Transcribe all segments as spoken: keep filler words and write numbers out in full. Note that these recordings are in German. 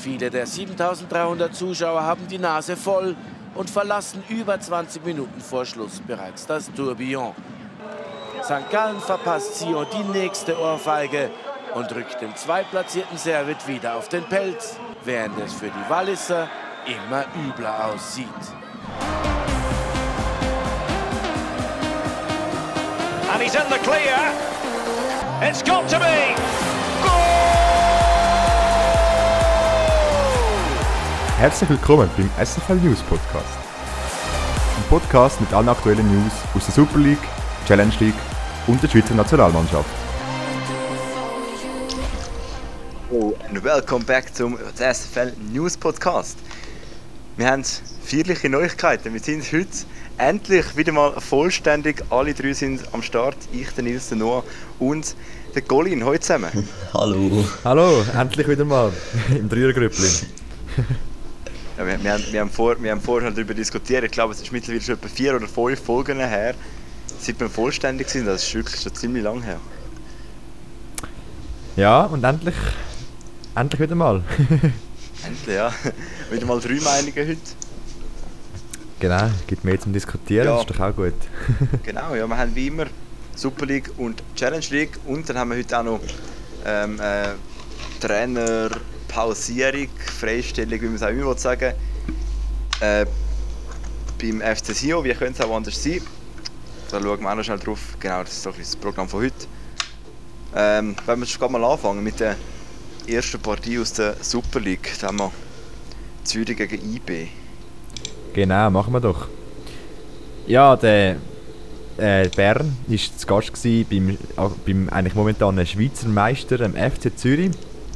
Viele der siebentausenddreihundert Zuschauer haben die Nase voll und verlassen über zwanzig Minuten vor Schluss bereits das Tourbillon. Sankt Gallen verpasst Sion die nächste Ohrfeige und rückt dem zweitplatzierten Servet wieder auf den Pelz, während es für die Walliser immer übler aussieht. And he's in the clear. It's got to be. Herzlich willkommen beim S F L News Podcast. Ein Podcast mit allen aktuellen News aus der Super League, Challenge League und der Schweizer Nationalmannschaft. Oh, and welcome back zum S F L News Podcast. Wir haben feierliche Neuigkeiten. Wir sind heute endlich wieder mal vollständig. Alle drei sind am Start. Ich, der Nils, der Noah und der Colin. Heute zusammen. Hallo. Hallo, endlich wieder mal im Dreiergrüppli. Ja, wir, wir, haben, wir, haben vor, wir haben vorher darüber diskutiert. Ich glaube, es ist mittlerweile schon etwa vier oder fünf Folgen her, seit wir vollständig sind. Das ist wirklich schon ziemlich lang her. Ja, und endlich, endlich wieder mal. Endlich, ja. Wieder mal drei Meinungen heute. Genau, gibt mehr zum Diskutieren, Ja. Das ist doch auch gut. Genau, ja, wir haben wie immer Super League und Challenge League. Und dann haben wir heute auch noch ähm, äh, Trainer, Pausierung, Freistellung, wie man es auch immer sagen will. Äh, beim F C Sion, wie könnte es auch anders sein? Da schauen wir auch noch schnell drauf. Genau, das ist doch das Programm von heute. Ähm, wenn wir schon mal anfangen mit der ersten Partie aus der Super League, da haben wir Zürich gegen I B. Genau, machen wir doch. Ja, der äh, Bern war zu Gast gewesen beim, äh, beim eigentlich momentanen Schweizer Meister, dem F C Zürich.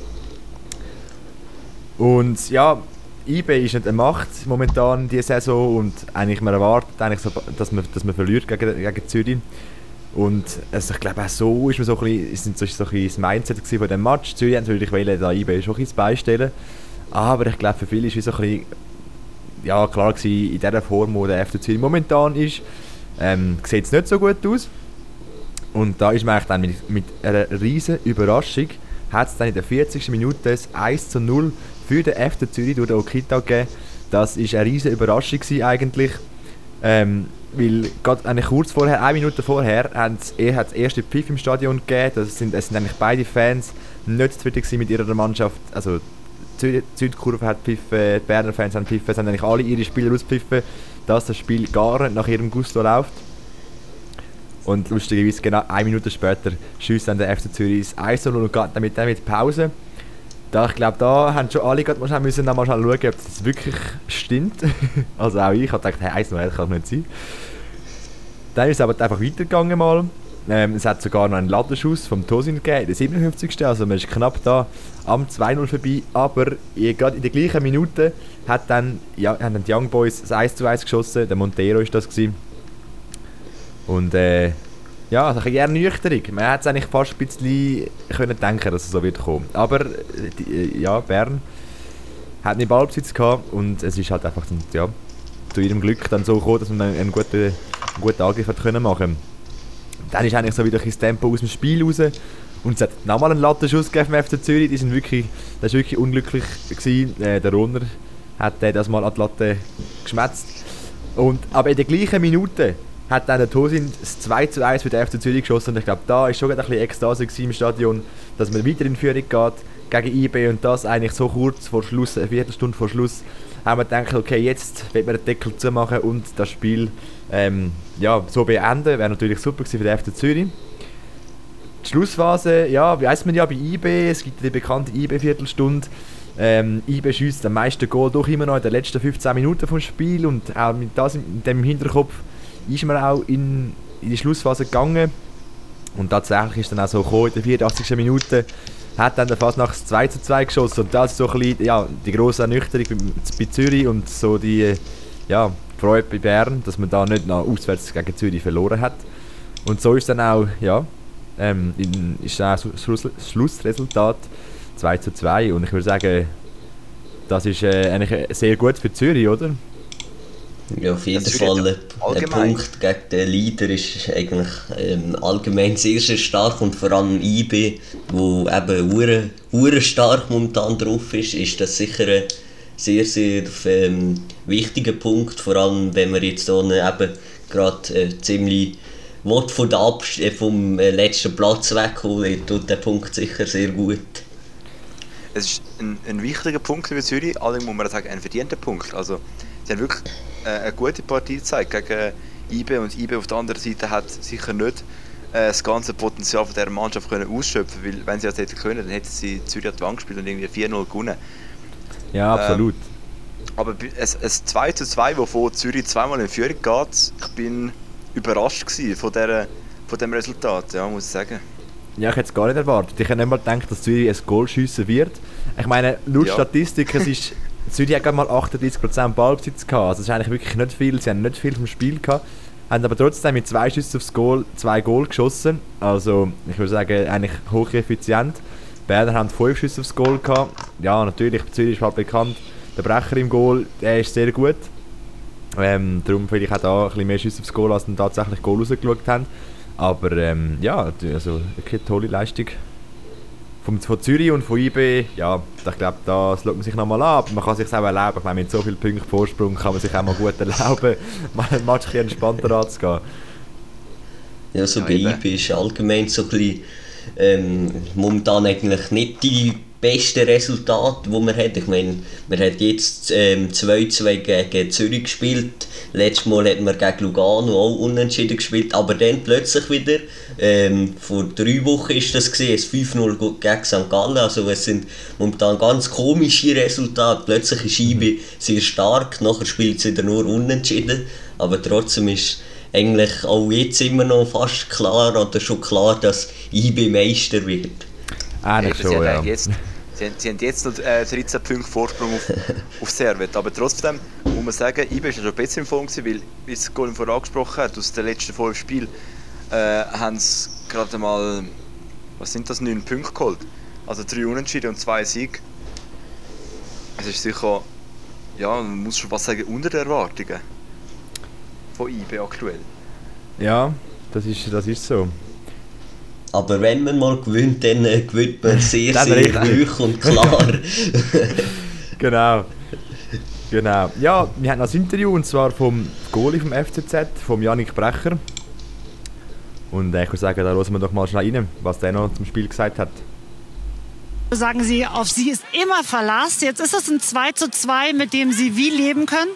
Und ja, I B ist nicht eine Macht momentan diese Saison und eigentlich man erwartet eigentlich so, dass man, dass man verliert gegen, gegen Zürich. Und also ich glaube auch so ist man so ein bisschen, ist so, so ein bisschen das Mindset von dem Match. Zürich hat natürlich wollen, da I B schon ein bisschen beistellen. Aber ich glaube für viele ist es so ein bisschen, ja, klar gewesen, in dieser Form, wo der F C Zürich momentan ist, ähm, sieht es nicht so gut aus. Und da ist man eigentlich dann mit, mit einer riesen Überraschung, hat es dann in der vierzigsten Minute das eins zu null für den F C Zürich durch den Okita gegeben. Das war eine riesen Überraschung gewesen eigentlich. Ähm, weil gerade eigentlich kurz vorher, eine Minute vorher, hat es das erste Pfiff im Stadion gegeben. Das sind, es sind eigentlich beide Fans nicht zufrieden mit ihrer Mannschaft. Also die Südkurve hat pfiffen, die Berner Fans haben pfiffen, es haben eigentlich alle ihre Spieler auspfiffen, dass das Spiel gar nicht nach ihrem Gusto läuft. Und lustigerweise genau eine Minute später schießt dann der F C Zürich das eins zu null und geht damit dann mit Pause. Da, ich glaube, da haben schon alle gerade mal müssen mal schauen, ob das wirklich stimmt. Also auch ich habe gedacht, hey, eins zu null kann nicht sein. Dann ist es aber einfach weitergegangen mal. Ähm, es hat sogar noch einen Latterschuss vom Tosin gegeben, der siebenundfünfzigsten Also man ist knapp da am zwei null vorbei. Aber gerade in der gleichen Minute hat dann, ja, haben dann die Young Boys das eins zu eins geschossen. Der Montero war das gewesen. Und äh, ja, also eine Ernüchterung. Man hätte es eigentlich fast ein bisschen können denken, dass es so wird kommen. Aber die, ja, Bern hat nicht Ballbesitz gehabt und es ist halt einfach ja, zu ihrem Glück dann so gekommen, dass man einen guten, einen guten Angriff hat können machen. Dann ist eigentlich so wieder ein Tempo aus dem Spiel raus und es hat nochmal einen Lattenschuss gegeben vom F C Zürich. Die sind wirklich, das war wirklich unglücklich gewesen. Äh, der Runner hat äh, das mal an die Latte geschmätzt. Und, aber in der gleichen Minute hat dann der Tosin das zwei zu eins für den F C Zürich geschossen. Und ich glaube, da war schon ein bisschen Ekstase im Stadion, dass man weiter in Führung geht gegen I B und das eigentlich so kurz vor Schluss, eine Viertelstunde vor Schluss, haben wir gedacht, okay, jetzt wird man den Deckel zumachen und das Spiel ähm, ja, so beenden. Wäre natürlich super gewesen für den F C Zürich. Die Schlussphase, ja, wie weiss man ja bei I B, es gibt die bekannte I B-Viertelstunde. Ähm, I B schiesst am meisten Goal doch immer noch in den letzten fünfzehn Minuten vom Spiel und auch mit das in dem Hinterkopf ist man auch in, in die Schlussphase gegangen. Und tatsächlich ist dann auch so gekommen, in der vierundachtzigsten Minute hat dann fast nach zwei zu zwei geschossen. Und das ist so ein bisschen, ja, die grosse Ernüchterung bei, bei Zürich und so die ja, Freude bei Bern, dass man da nicht noch auswärts gegen Zürich verloren hat. Und so ist dann auch, ja, ähm, in, ist dann auch das Schluss, Schlussresultat zwei zu zwei. Und ich würde sagen, das ist äh, eigentlich sehr gut für Zürich, oder? Ja, auf jeden Fall ein, ein Punkt gegen den Leader ist eigentlich ähm, allgemein sehr, sehr stark und vor allem I B, wo eben hure, hure stark momentan drauf ist, ist das sicher ein sehr, sehr ähm, wichtiger Punkt, vor allem wenn wir jetzt hier eben gerade äh, ziemlich Wort von der Abst- äh, vom äh, letzten Platz wegholen, tut der Punkt sicher sehr gut. Es ist ein, ein wichtiger Punkt für Zürich, allerdings muss man sagen, ein verdienter Punkt. Also, sie haben wirklich äh, eine gute Partie gezeigt gegen I B und I B auf der anderen Seite hat sicher nicht äh, das ganze Potenzial von dieser Mannschaft können ausschöpfen, weil wenn sie das hätten können, dann hätten sie Zürich an die Wand gespielt und irgendwie vier null gewonnen. Ja, absolut. Ähm, aber es, es zwei zu zwei, wovon Zürich zweimal in Führung geht, ich bin überrascht gewesen von, der, von dem Resultat, ja, muss ich sagen. Ja, ich hätte es gar nicht erwartet. Ich hätte nicht mal gedacht, dass Zürich ein Goal schiessen wird. Ich meine, laut ja. Statistik, es ist, Zürich hat gerade mal achtunddreißig Prozent Ballbesitz gehabt. Also das ist eigentlich wirklich nicht viel. Sie haben nicht viel vom Spiel gehabt. Haben aber trotzdem mit zwei Schüssen aufs Goal zwei Goal geschossen. Also ich würde sagen, eigentlich hocheffizient. Berner haben fünf Schüsse aufs Goal gehabt. Ja, natürlich, Zürich ist halt bekannt. Der Brecher im Goal, der ist sehr gut. Ähm, darum vielleicht auch da ein bisschen mehr Schüsse aufs Goal, als dann tatsächlich Goal rausgeschaut haben. Aber ähm, ja, also wirklich eine tolle Leistung von, von Zürich und von I B. Ja, ich glaube, das schaut man sich nochmal an. Aber man kann sich auch erlauben. Ich meine, mit so vielen Punkten Vorsprung kann man sich auch mal gut erlauben, mal ein Match ein bisschen entspannter anzugehen. Ja, so bei I B ist allgemein so ein bisschen, ähm, momentan eigentlich nicht die besten Resultate, die man hat. Ich meine, man hat jetzt ähm, zwei zwei gegen Zürich gespielt. Letztes Mal hat man gegen Lugano auch unentschieden gespielt. Aber dann plötzlich wieder, ähm, vor drei Wochen ist das gewesen, es fünf null gegen Sankt Gallen. Also es sind momentan ganz komische Resultate. Plötzlich ist I B sehr stark, nachher spielt sie wieder nur unentschieden. Aber trotzdem ist eigentlich auch jetzt immer noch fast klar oder schon klar, dass I B Meister wird. Eigentlich ja, schon, ja. Jetzt, sie, haben, sie haben jetzt noch äh, dreizehn Punkte Vorsprung auf, auf Servet, aber trotzdem muss man sagen, I B ist ja schon besser in Form gewesen, weil, wie es Colin vorher angesprochen hat, aus den letzten fünf Spielen äh, haben sie gerade mal, was sind das, neun Punkte geholt. Also drei Unentschieden und zwei Siege. Es ist sicher, ja, man muss schon was sagen, unter den Erwartungen von I B aktuell. Ja, das ist, das ist so. Aber wenn man mal gewinnt, dann äh, gewinnt man sehr, sehr hoch und klar. Genau. Genau. Ja, wir haben noch ein Interview, und zwar vom Goalie vom F C Z, vom Yannick Brecher. Und äh, ich würde sagen, da hören wir doch mal schnell rein, was der noch zum Spiel gesagt hat. Sagen Sie, auf Sie ist immer Verlass. Jetzt ist es ein zwei zu zwei, mit dem Sie wie leben können?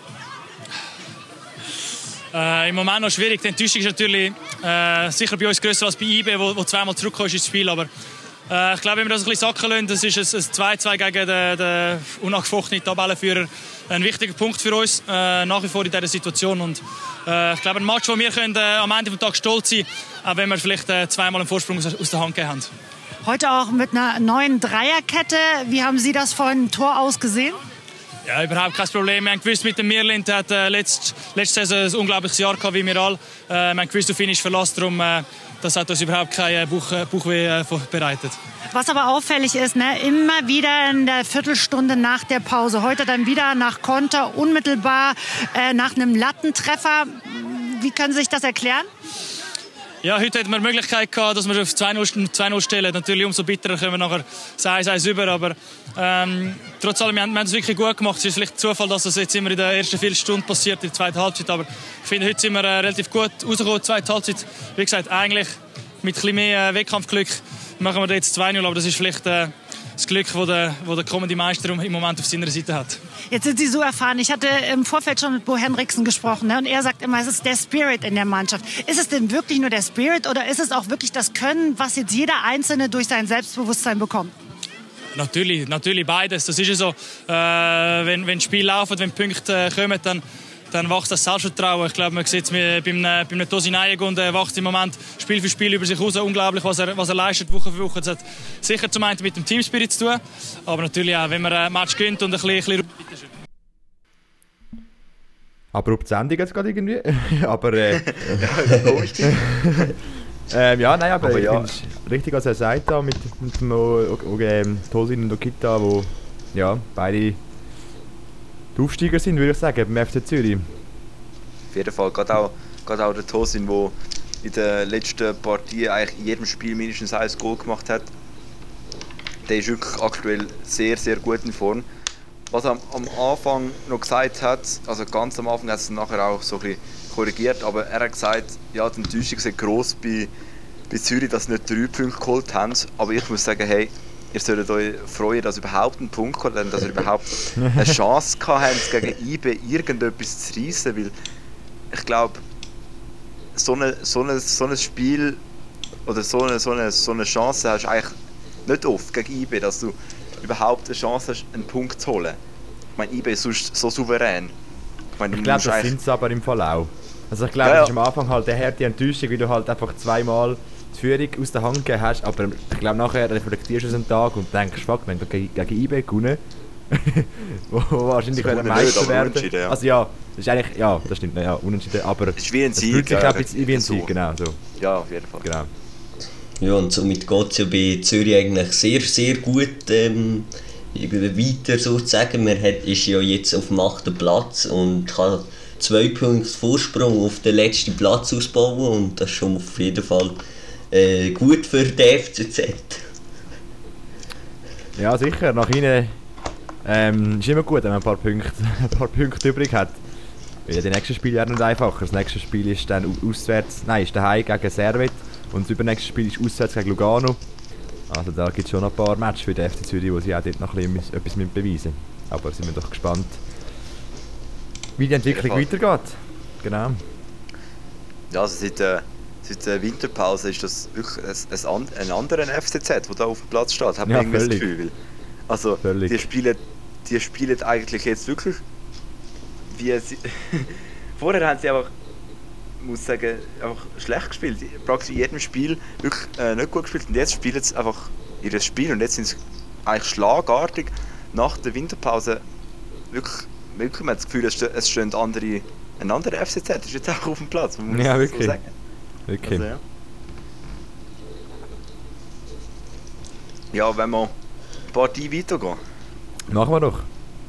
Äh, Im Moment noch schwierig. Die Enttäuschung ist natürlich äh, sicher bei uns grösser als bei I B, wo, wo zweimal zurückgekommen ist ins Spiel. Aber äh, ich glaube, wenn wir das ein bisschen sacken lassen, das ist ein, ein zwei zwei gegen den, den unangefochtenen Tabellenführer. Ein wichtiger Punkt für uns, äh, nach wie vor in dieser Situation. Und, äh, ich glaube, ein Match, wo wir können, äh, am Ende des Tages stolz sein können, auch wenn wir vielleicht äh, zweimal einen Vorsprung aus, aus der Hand gegeben haben. Heute auch mit einer neuen Dreierkette. Wie haben Sie das von Tor aus gesehen? Ja, überhaupt kein Problem. Wir haben gewusst, mit dem Mirlind hat äh, letzte, letzte Saison ein unglaubliches Jahr gehabt, wie wir alle. Äh, wir haben gewusst, du Finish verlässt, darum äh, das hat uns überhaupt kein Bauch, Bauchweh äh, bereitet. Was aber auffällig ist, ne, immer wieder in der Viertelstunde nach der Pause. Heute dann wieder nach Konter, unmittelbar äh, nach einem Lattentreffer. Wie können Sie sich das erklären? Ja, heute hatten wir die Möglichkeit gehabt, dass wir auf zwei null stellen. Natürlich umso bitterer können wir nachher das eins eins über. Aber ähm, trotz allem, wir haben, wir haben es wirklich gut gemacht. Es ist vielleicht Zufall, dass das jetzt immer in der ersten Viertelstunde passiert, in der zweiten Halbzeit. Aber ich finde, heute sind wir äh, relativ gut rausgekommen. Die zweite Halbzeit, wie gesagt, eigentlich mit ein bisschen mehr äh, Wettkampfglück machen wir jetzt zwei null. Aber das ist vielleicht äh, das Glück, das der, der kommende Meister im Moment auf seiner Seite hat. Jetzt sind Sie so erfahren. Ich hatte im Vorfeld schon mit Bo Henriksen gesprochen, ne? Und er sagt immer, es ist der Spirit in der Mannschaft. Ist es denn wirklich nur der Spirit oder ist es auch wirklich das Können, was jetzt jeder Einzelne durch sein Selbstbewusstsein bekommt? Natürlich, natürlich beides. Das ist ja so. Äh, wenn, wenn Spiel laufen, wenn Punkte äh, kommen, dann dann wächst das Selbstvertrauen. Ich glaube, man sieht es bei einem Tosin Ayegun, der wächst im Moment Spiel für Spiel über sich raus. Unglaublich, was er, was er leistet, Woche für Woche. Das hat sicher zum einen mit dem Teamspirit zu tun, aber natürlich auch, wenn man ein Match gewinnt und ein bisschen... ein bisschen Abrupt Sendung jetzt gerade irgendwie. aber... Äh, ähm, ja, nein, aber, aber ich ja. finde es richtig, was er sagt da mit, mit dem ähm, Tosin und Okita, wo ja, beide die Aufsteiger sind, würde ich sagen, beim F C Zürich. Auf jeden Fall. Gerade auch, gerade auch der Tosin, der in der letzten Partie eigentlich in jedem Spiel mindestens ein Goal gemacht hat. Der ist wirklich aktuell sehr, sehr gut in Form. Was er am, am Anfang noch gesagt hat, also ganz am Anfang hat es nachher auch so ein bisschen korrigiert, aber er hat gesagt, ja, die Enttäuschung ist gross bei, bei Zürich, dass sie nicht drei Punkte geholt haben. Aber ich muss sagen, hey, ihr solltet euch freuen, dass ihr überhaupt einen Punkt geholt habt, dass ihr überhaupt eine Chance gehabt habt, gegen I B irgendetwas zu reissen, weil ich glaube, so, eine, so, eine, so ein Spiel oder so eine, so, eine, so eine Chance hast du eigentlich nicht oft gegen I B, dass du überhaupt eine Chance hast, einen Punkt zu holen. Ich meine, I B ist sonst so souverän. Ich, meine, ich glaube, das sind sie aber im Fall auch. Also ich glaube, ja, ja. Das ist am Anfang halt der harte Enttäuschung, weil du halt einfach zweimal die Führung aus der Hand gegeben hast, aber ich glaube, nachher reflektierst du es einen Tag und denkst, fuck, wenn du gegen, gegen I B gewonnen, wo, wo wahrscheinlich werden Meister werden. Ja. Also ja, das ist eigentlich, ja, das stimmt, ja, unentschieden, aber es ist wie ein Sieg. Es fühlt sich ja, ein bisschen wie ein Sieg, so. Genau so. Ja, auf jeden Fall. Genau. Ja, und somit geht es ja bei Zürich eigentlich sehr, sehr gut ähm, weiter sozusagen. Man hat, ist ja jetzt auf dem achten Platz und kann zwei Punkte Vorsprung auf den letzten Platz ausbauen und das ist schon auf jeden Fall äh, gut für den F C Z. Ja, sicher. Nach ihnen ähm, ist immer gut, wenn man ein paar Punkte, ein paar Punkte übrig hat. Weil die nächsten Spiele werden nicht einfacher. Das nächste Spiel ist dann auswärts, nein, ist daheim gegen Servet. Und das übernächste Spiel ist auswärts gegen Lugano. Also da gibt es schon noch ein paar Matches für den F C Zürich, wo sie auch dort noch ein bisschen etwas beweisen müssen. Aber sind wir doch gespannt, wie die Entwicklung weitergeht. Genau. Ja, also seit, äh, seit der Winterpause ist das wirklich ein, ein, ein anderer F C Z, der da auf dem Platz steht. Hat man ja, irgendwie das Gefühl. Weil, also die spielen, die spielen eigentlich jetzt wirklich wie sie vorher haben sie einfach, ich muss sagen, einfach schlecht gespielt. Praktisch in jedem Spiel wirklich äh, nicht gut gespielt. Und jetzt spielen sie einfach ihr Spiel und jetzt sind sie eigentlich schlagartig nach der Winterpause wirklich, wirklich man hat das Gefühl, es stehen andere, ein anderer F C Z ist jetzt auch auf dem Platz. Man muss ja, wirklich. So sagen. Wirklich. Also, ja. ja, wenn wir die Partie weitergehen. Machen wir doch.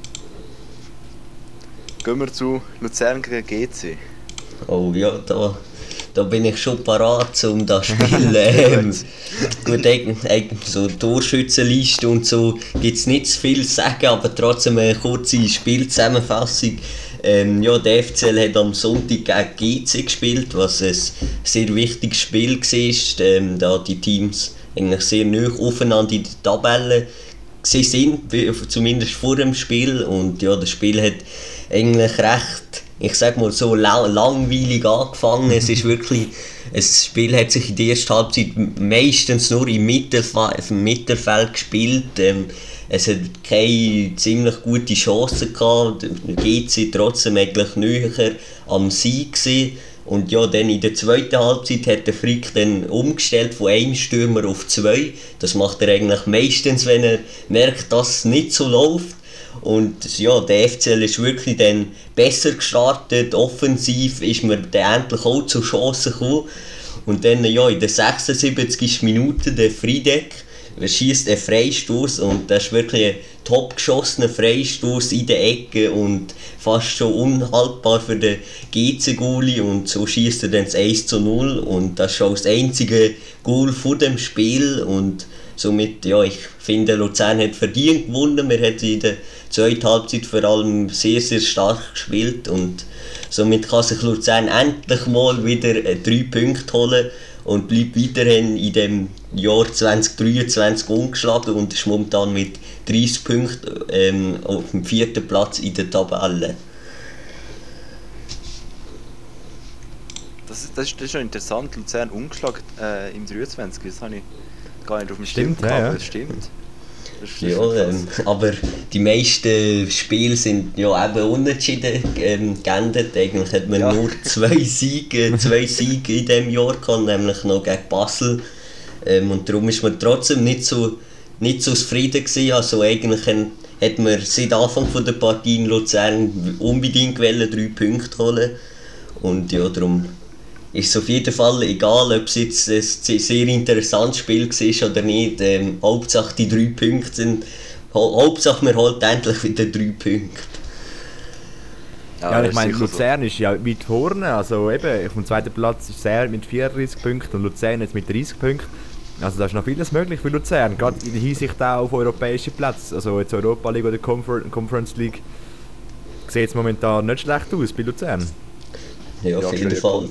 Gehen wir zu Luzern gegen G C. Oh ja, da, da bin ich schon parat, um das Spiel. ähm, gut, eigentlich so Torschützenliste und so gibt es nicht zu viel zu sagen, aber trotzdem eine kurze Spielzusammenfassung. Ähm, ja, der F C L hat am Sonntag gegen G C gespielt, was ein sehr wichtiges Spiel war, ähm, da die Teams eigentlich sehr nah aufeinander in der Tabelle sind, zumindest vor dem Spiel. Und ja, das Spiel hat eigentlich recht, ich sag mal so, langweilig angefangen. Es ist wirklich, das Spiel hat sich in der ersten Halbzeit meistens nur im Mittelfeld, im Mittelfeld gespielt. Ähm, es hat keine ziemlich gute Chancen gehabt. G C trotzdem eigentlich näher am Sieg gewesen. Und ja, dann in der zweiten Halbzeit hat der Frick dann umgestellt von einem Stürmer auf zwei. Das macht er eigentlich meistens, wenn er merkt, dass es nicht so läuft. Und ja, der F C L ist wirklich dann besser gestartet, offensiv ist man dann endlich auch zur Chance gekommen. Und dann ja, in der sechsundsiebzigsten Minute der Friedeck schießt einen Freistoß und das ist wirklich ein top geschossener Freistoß in der Ecke und fast schon unhaltbar für den G C-Goalie und so schießt er dann das eins zu null und das ist schon das einzige Goal vor dem Spiel und somit, ja, ich finde, Luzern hat verdient gewonnen. Wir haben in der zweiten Halbzeit vor allem sehr, sehr stark gespielt und somit kann sich Luzern endlich mal wieder drei Punkte holen und bleibt weiterhin in dem Jahr zwanzig dreiundzwanzig ungeschlagen und ist momentan mit dreißig Punkten ähm, auf dem vierten Platz in der Tabelle. Das, das, ist, das ist schon interessant, Luzern ungeschlagen äh, im dreiundzwanzig, das habe ich gar nicht auf dem Stimmt, Schirm ja, gehabt, ja. das stimmt. Das ist, ja, ähm, aber die meisten Spiele sind ja eben unentschieden ähm, geendet. Eigentlich hat man ja. nur zwei Siege, zwei Siege in diesem Jahr gehabt, nämlich noch gegen Basel. Ähm, und darum ist man trotzdem nicht so, nicht so zufrieden gewesen. Also eigentlich hat man seit Anfang der Partie in Luzern unbedingt wollen, drei Punkte holen. Und ja, darum ist es auf jeden Fall egal, ob es jetzt ein sehr interessantes Spiel war oder nicht. Ähm, Hauptsache die drei Punkte sind. Hauptsache man holt endlich wieder drei Punkte. Ja, ja ich meine, Luzern so. Ist ja weit vorne, also eben, auf dem zweiten Platz ist Servet mit vierunddreißig Punkten und Luzern jetzt mit dreißig Punkten. Also da ist noch vieles möglich für Luzern, gerade in Hinsicht auch auf europäische Plätze. Also jetzt Europa League oder Confer- Conference League sieht es momentan nicht schlecht aus bei Luzern. Ja, auf jeden Fall.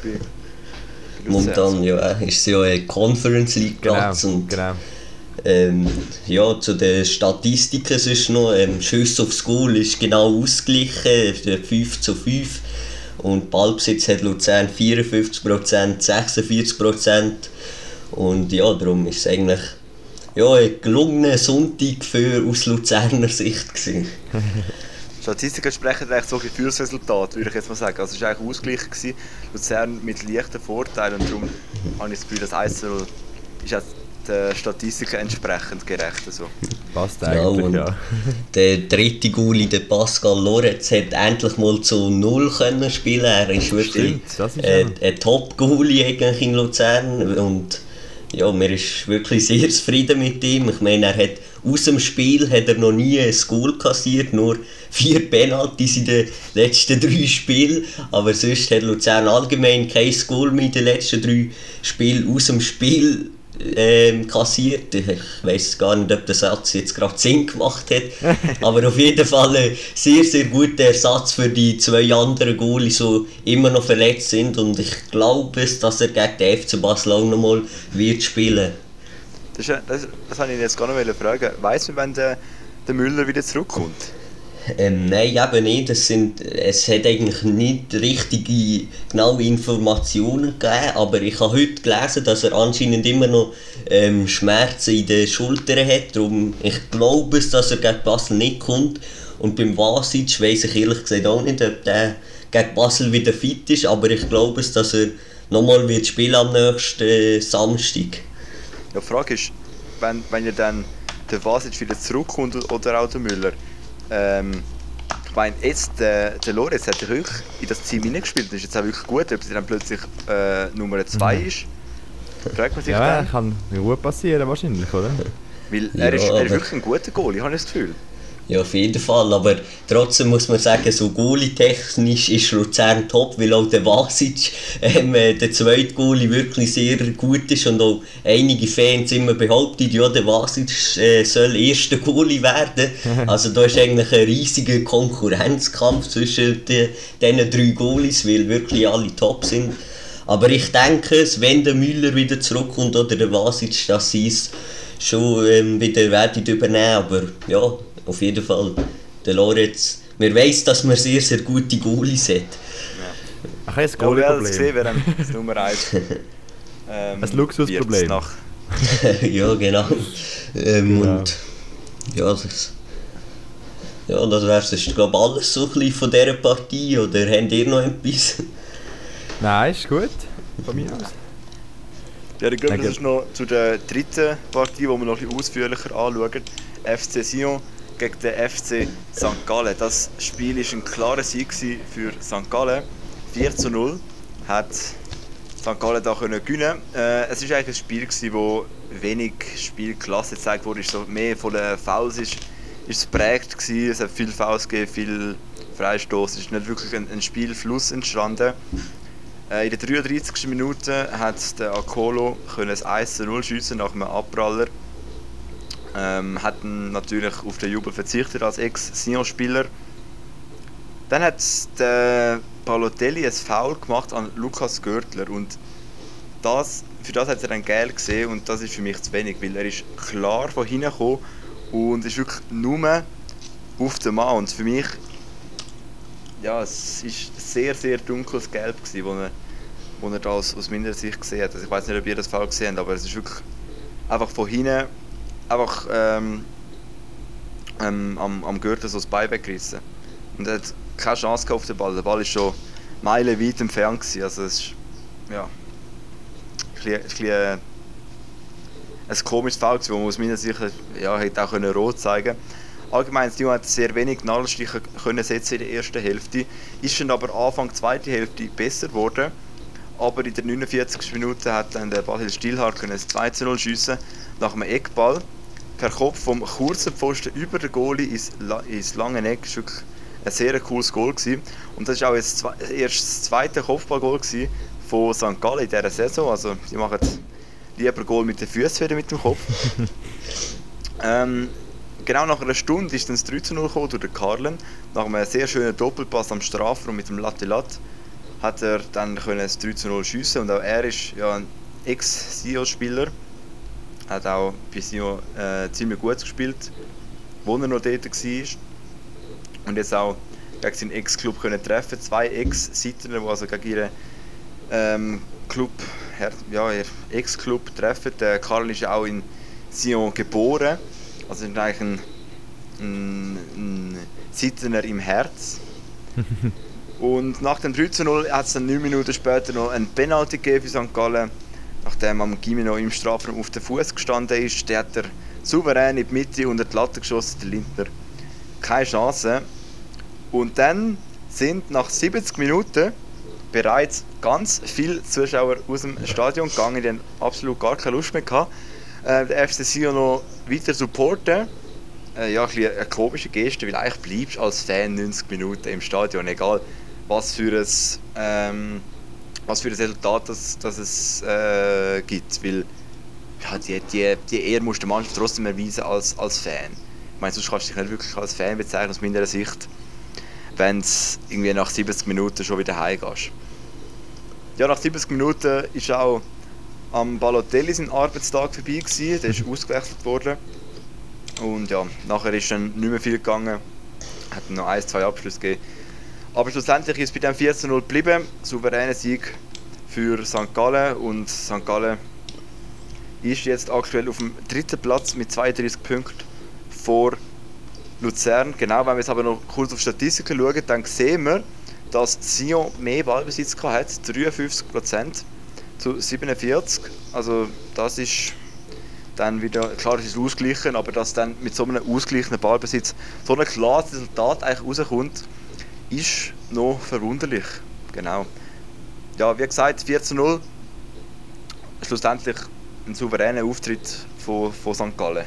Momentan ja, ist es ja ein Conference League Platz. Genau, und genau. Ähm, ja, zu den Statistiken sonst noch, ähm, Schüsse aufs Goal ist genau ausgeglichen, fünf zu fünf. Und Ballbesitz hat Luzern vierundfünfzig Prozent, sechsundvierzig Prozent. Und ja, darum ist es eigentlich ja, ein gelungener Sonntag für, aus Luzerner Sicht gewesen. Statistiken sprechen eigentlich so Gefühlsresultat, würde ich jetzt mal sagen. Also es war eigentlich ausgeglichen gewesen. Luzern mit leichten Vorteilen und darum habe ich das Gefühl, das eins zu null ist jetzt den Statistiken entsprechend gerecht. Also. Passt eigentlich, ja. ja. Der dritte Goalie, der Pascal Lorenz, hat endlich mal zu null können spielen. Er ist wirklich Stimmt, ist äh, ein Top-Goalie eigentlich in Luzern. Und ja, mir ist wirklich sehr zufrieden mit ihm. Ich meine, er hat aus dem Spiel hat er noch nie ein Goal kassiert, nur vier Penalties in den letzten drei Spielen. Aber sonst hat Luzern allgemein kein Goal mehr in den letzten drei Spielen aus dem Spiel ähm, kassiert. Ich weiss gar nicht, ob der Satz jetzt gerade Sinn gemacht hat. Aber auf jeden Fall ein sehr, sehr guter Ersatz für die zwei anderen Goalies, die immer noch verletzt sind. Und ich glaube es, dass er gegen den F C Barcelona noch mal wird spielen. Das, das, das, das wollte ich jetzt gar noch fragen. Weiss man, wann der, der Müller wieder zurückkommt? Ähm, nein, eben nicht. Das sind, es hat eigentlich nicht richtige, genaue Informationen gegeben, aber ich habe heute gelesen, dass er anscheinend immer noch ähm, Schmerzen in den Schultern hat. Darum, ich glaube es, dass er gegen Basel nicht kommt. Und beim Vasic weiss ich ehrlich gesagt auch nicht, ob der gegen Basel wieder fit ist, aber ich glaube es, dass er nochmal wird spielen am nächsten äh, Samstag. Ja, die Frage ist, wenn, wenn ja dann der Vasic wieder zurückkommt oder auch der Müller. Ähm, ich meine, jetzt der, der Lorenz hat ja wirklich in das Team hineingespielt. Das ist jetzt auch wirklich gut, ob er dann plötzlich äh, Nummer zwei mhm. ist. Fragt man sich ja, dann. Kann gut passieren wahrscheinlich, oder? Weil er, ja, ist, er ist wirklich ein guter Goalie, habe ich das Gefühl. Ja, auf jeden Fall, aber trotzdem muss man sagen, so Goalie-technisch ist Luzern top, weil auch der Vasic, ähm, der zweite Goalie, wirklich sehr gut ist und auch einige Fans immer behaupten, ja, der Vasic äh, soll erster Goalie werden. Also da ist eigentlich ein riesiger Konkurrenzkampf zwischen die, diesen drei Goalies, weil wirklich alle top sind. Aber ich denke, wenn der Müller wieder zurückkommt oder der Vasic, dass sie es schon ähm, wieder werden übernehmen, aber ja, auf jeden Fall, der Lorenz, wir weiss, dass man sehr, sehr gute Goalies hat. Ja. Ach, ein Goalie-Problem. Ja, gesehen, wäre das Nummer eins. Ähm, ein Luxusproblem. Ja, genau. Ähm, genau. Und ja, das, ja, das wäre es, glaube ich, alles so ein bisschen von dieser Partie. Oder habt ihr noch etwas? Nein, ist gut. Von mir aus. Ja, ich glaube, das ist noch zu der dritten Partie, die wir noch ein bisschen ausführlicher anschauen. F C Sion gegen den F C Sankt Gallen. Das Spiel war ein klarer Sieg für Sankt Gallen. vier zu null hat Sankt Gallen da gewinnen können. Äh, es war eigentlich ein Spiel, wo wenig Spielklasse gezeigt wurde. So mehr von den Fouls ist, ist geprägt gewesen. Es hat viele Fouls gegeben, viel Freistoß. Es ist nicht wirklich ein, ein Spielfluss entstanden. Äh, in der dreiunddreißigsten Minute hat der Akolo das eins zu null schiessen nach einem Abpraller. Ähm, hat natürlich auf den Jubel verzichtet als Ex-Sion-Spieler. Dann hat der Balotelli ein Foul gemacht an Lukas Görtler und das, für das hat er dann gelb gesehen und das ist für mich zu wenig, weil er ist klar von hinten gekommen und ist wirklich nur auf den Mann und für mich, ja, es ist sehr, sehr dunkles Gelb gewesen, wo er, wo er das aus meiner Sicht gesehen hat. Also ich weiß nicht, ob ihr das Foul gesehen habt, aber es ist wirklich einfach von hinten einfach ähm, ähm, am, am Gürtel so das Bein weggerissen. Und er hat keine Chance auf den Ball. Der Ball war schon meilenweit entfernt gewesen. Also es ist, ja, ein bisschen, ein, bisschen, äh, ein komisches Foul gewesen, wo man aus meiner Sicht ja, hätte auch können rot zeigen können. Allgemein, Sion hat sehr wenig Nadelstiche können setzen in der ersten Hälfte. Ist dann aber Anfang zweite Hälfte besser geworden. Aber in der neunundvierzigsten Minute hat dann der Bahil Stillhardt das zwei zu null schiessen nach einem Eckball. Per Kopf vom kurzen Pfosten über den Goalie ins, ins lange Eck. Das war wirklich ein sehr cooles Goal gewesen. Und das war auch jetzt erst das zweite Kopfballgoal gewesen von Sankt Gallen in dieser Saison. Also die machen lieber Goal mit den Füßen wieder mit dem Kopf. ähm, genau nach einer Stunde ist dann das drei zu null gekommen durch den Carlen. Nach einem sehr schönen Doppelpass am Strafraum mit dem Latte-Lat hat er dann können das drei zu null schiessen. Und auch er ist ja ein Ex-Sion-Spieler. Hat auch bei Sion äh, ziemlich gut gespielt, wo er noch dort war. Und jetzt auch gegen seinen Ex-Club können treffen. Zwei Ex-Seitener, die also gegen ihren ähm, Club, ja, ihr Ex-Club treffen. Der Carlen ist ja auch in Sion geboren. Also ist eigentlich ein, ein, ein Seitener im Herz. Und nach dem drei zu null hat es dann neun Minuten später noch einen Penalty gegeben für Sankt Gallen. Nachdem am Gimeno im Strafraum auf den Fuß gestanden ist, der hat er souverän in die Mitte unter die Latte geschossen, der Lindner. Keine Chance. Und dann sind nach siebzig Minuten bereits ganz viele Zuschauer aus dem Stadion gegangen, die haben absolut gar keine Lust mehr gehabt, äh, den F C Sion noch weiter supporten. Äh, ja, ein bisschen eine komische Geste, weil eigentlich bleibst du als Fan neunzig Minuten im Stadion, egal was für ein, ähm, was für ein Resultat das, das es äh, gibt. Weil ja, die, die, die Ehre musst du der Mannschaft trotzdem erweisen als, als Fan. Ich meine, sonst kannst du dich nicht wirklich als Fan bezeichnen, aus meiner Sicht, wenn du irgendwie nach siebzig Minuten schon wieder heimgehst. Ja, nach siebzig Minuten ist auch am Balotelli sein Arbeitstag vorbei gewesen. Der ist ausgewechselt worden. Und ja, nachher ist dann nicht mehr viel gegangen. Hat noch ein, zwei Abschlüsse gegeben. Aber schlussendlich ist es bei dem vier zu null geblieben. Souveräner Sieg für Sankt Gallen. Und Sankt Gallen ist jetzt aktuell auf dem dritten Platz mit zweiunddreißig Punkten vor Luzern. Genau, wenn wir jetzt aber noch kurz auf Statistiken schauen, dann sehen wir, dass Sion mehr Ballbesitz hatte, dreiundfünfzig Prozent zu siebenundvierzig. Also das ist dann wieder, klar, es ist ausgeglichen, aber dass dann mit so einem ausgeglichenen Ballbesitz so ein klares Resultat eigentlich rauskommt, ist noch verwunderlich. Genau. Ja, wie gesagt, vier zu null. Schlussendlich ein souveräner Auftritt von, von Sankt Gallen.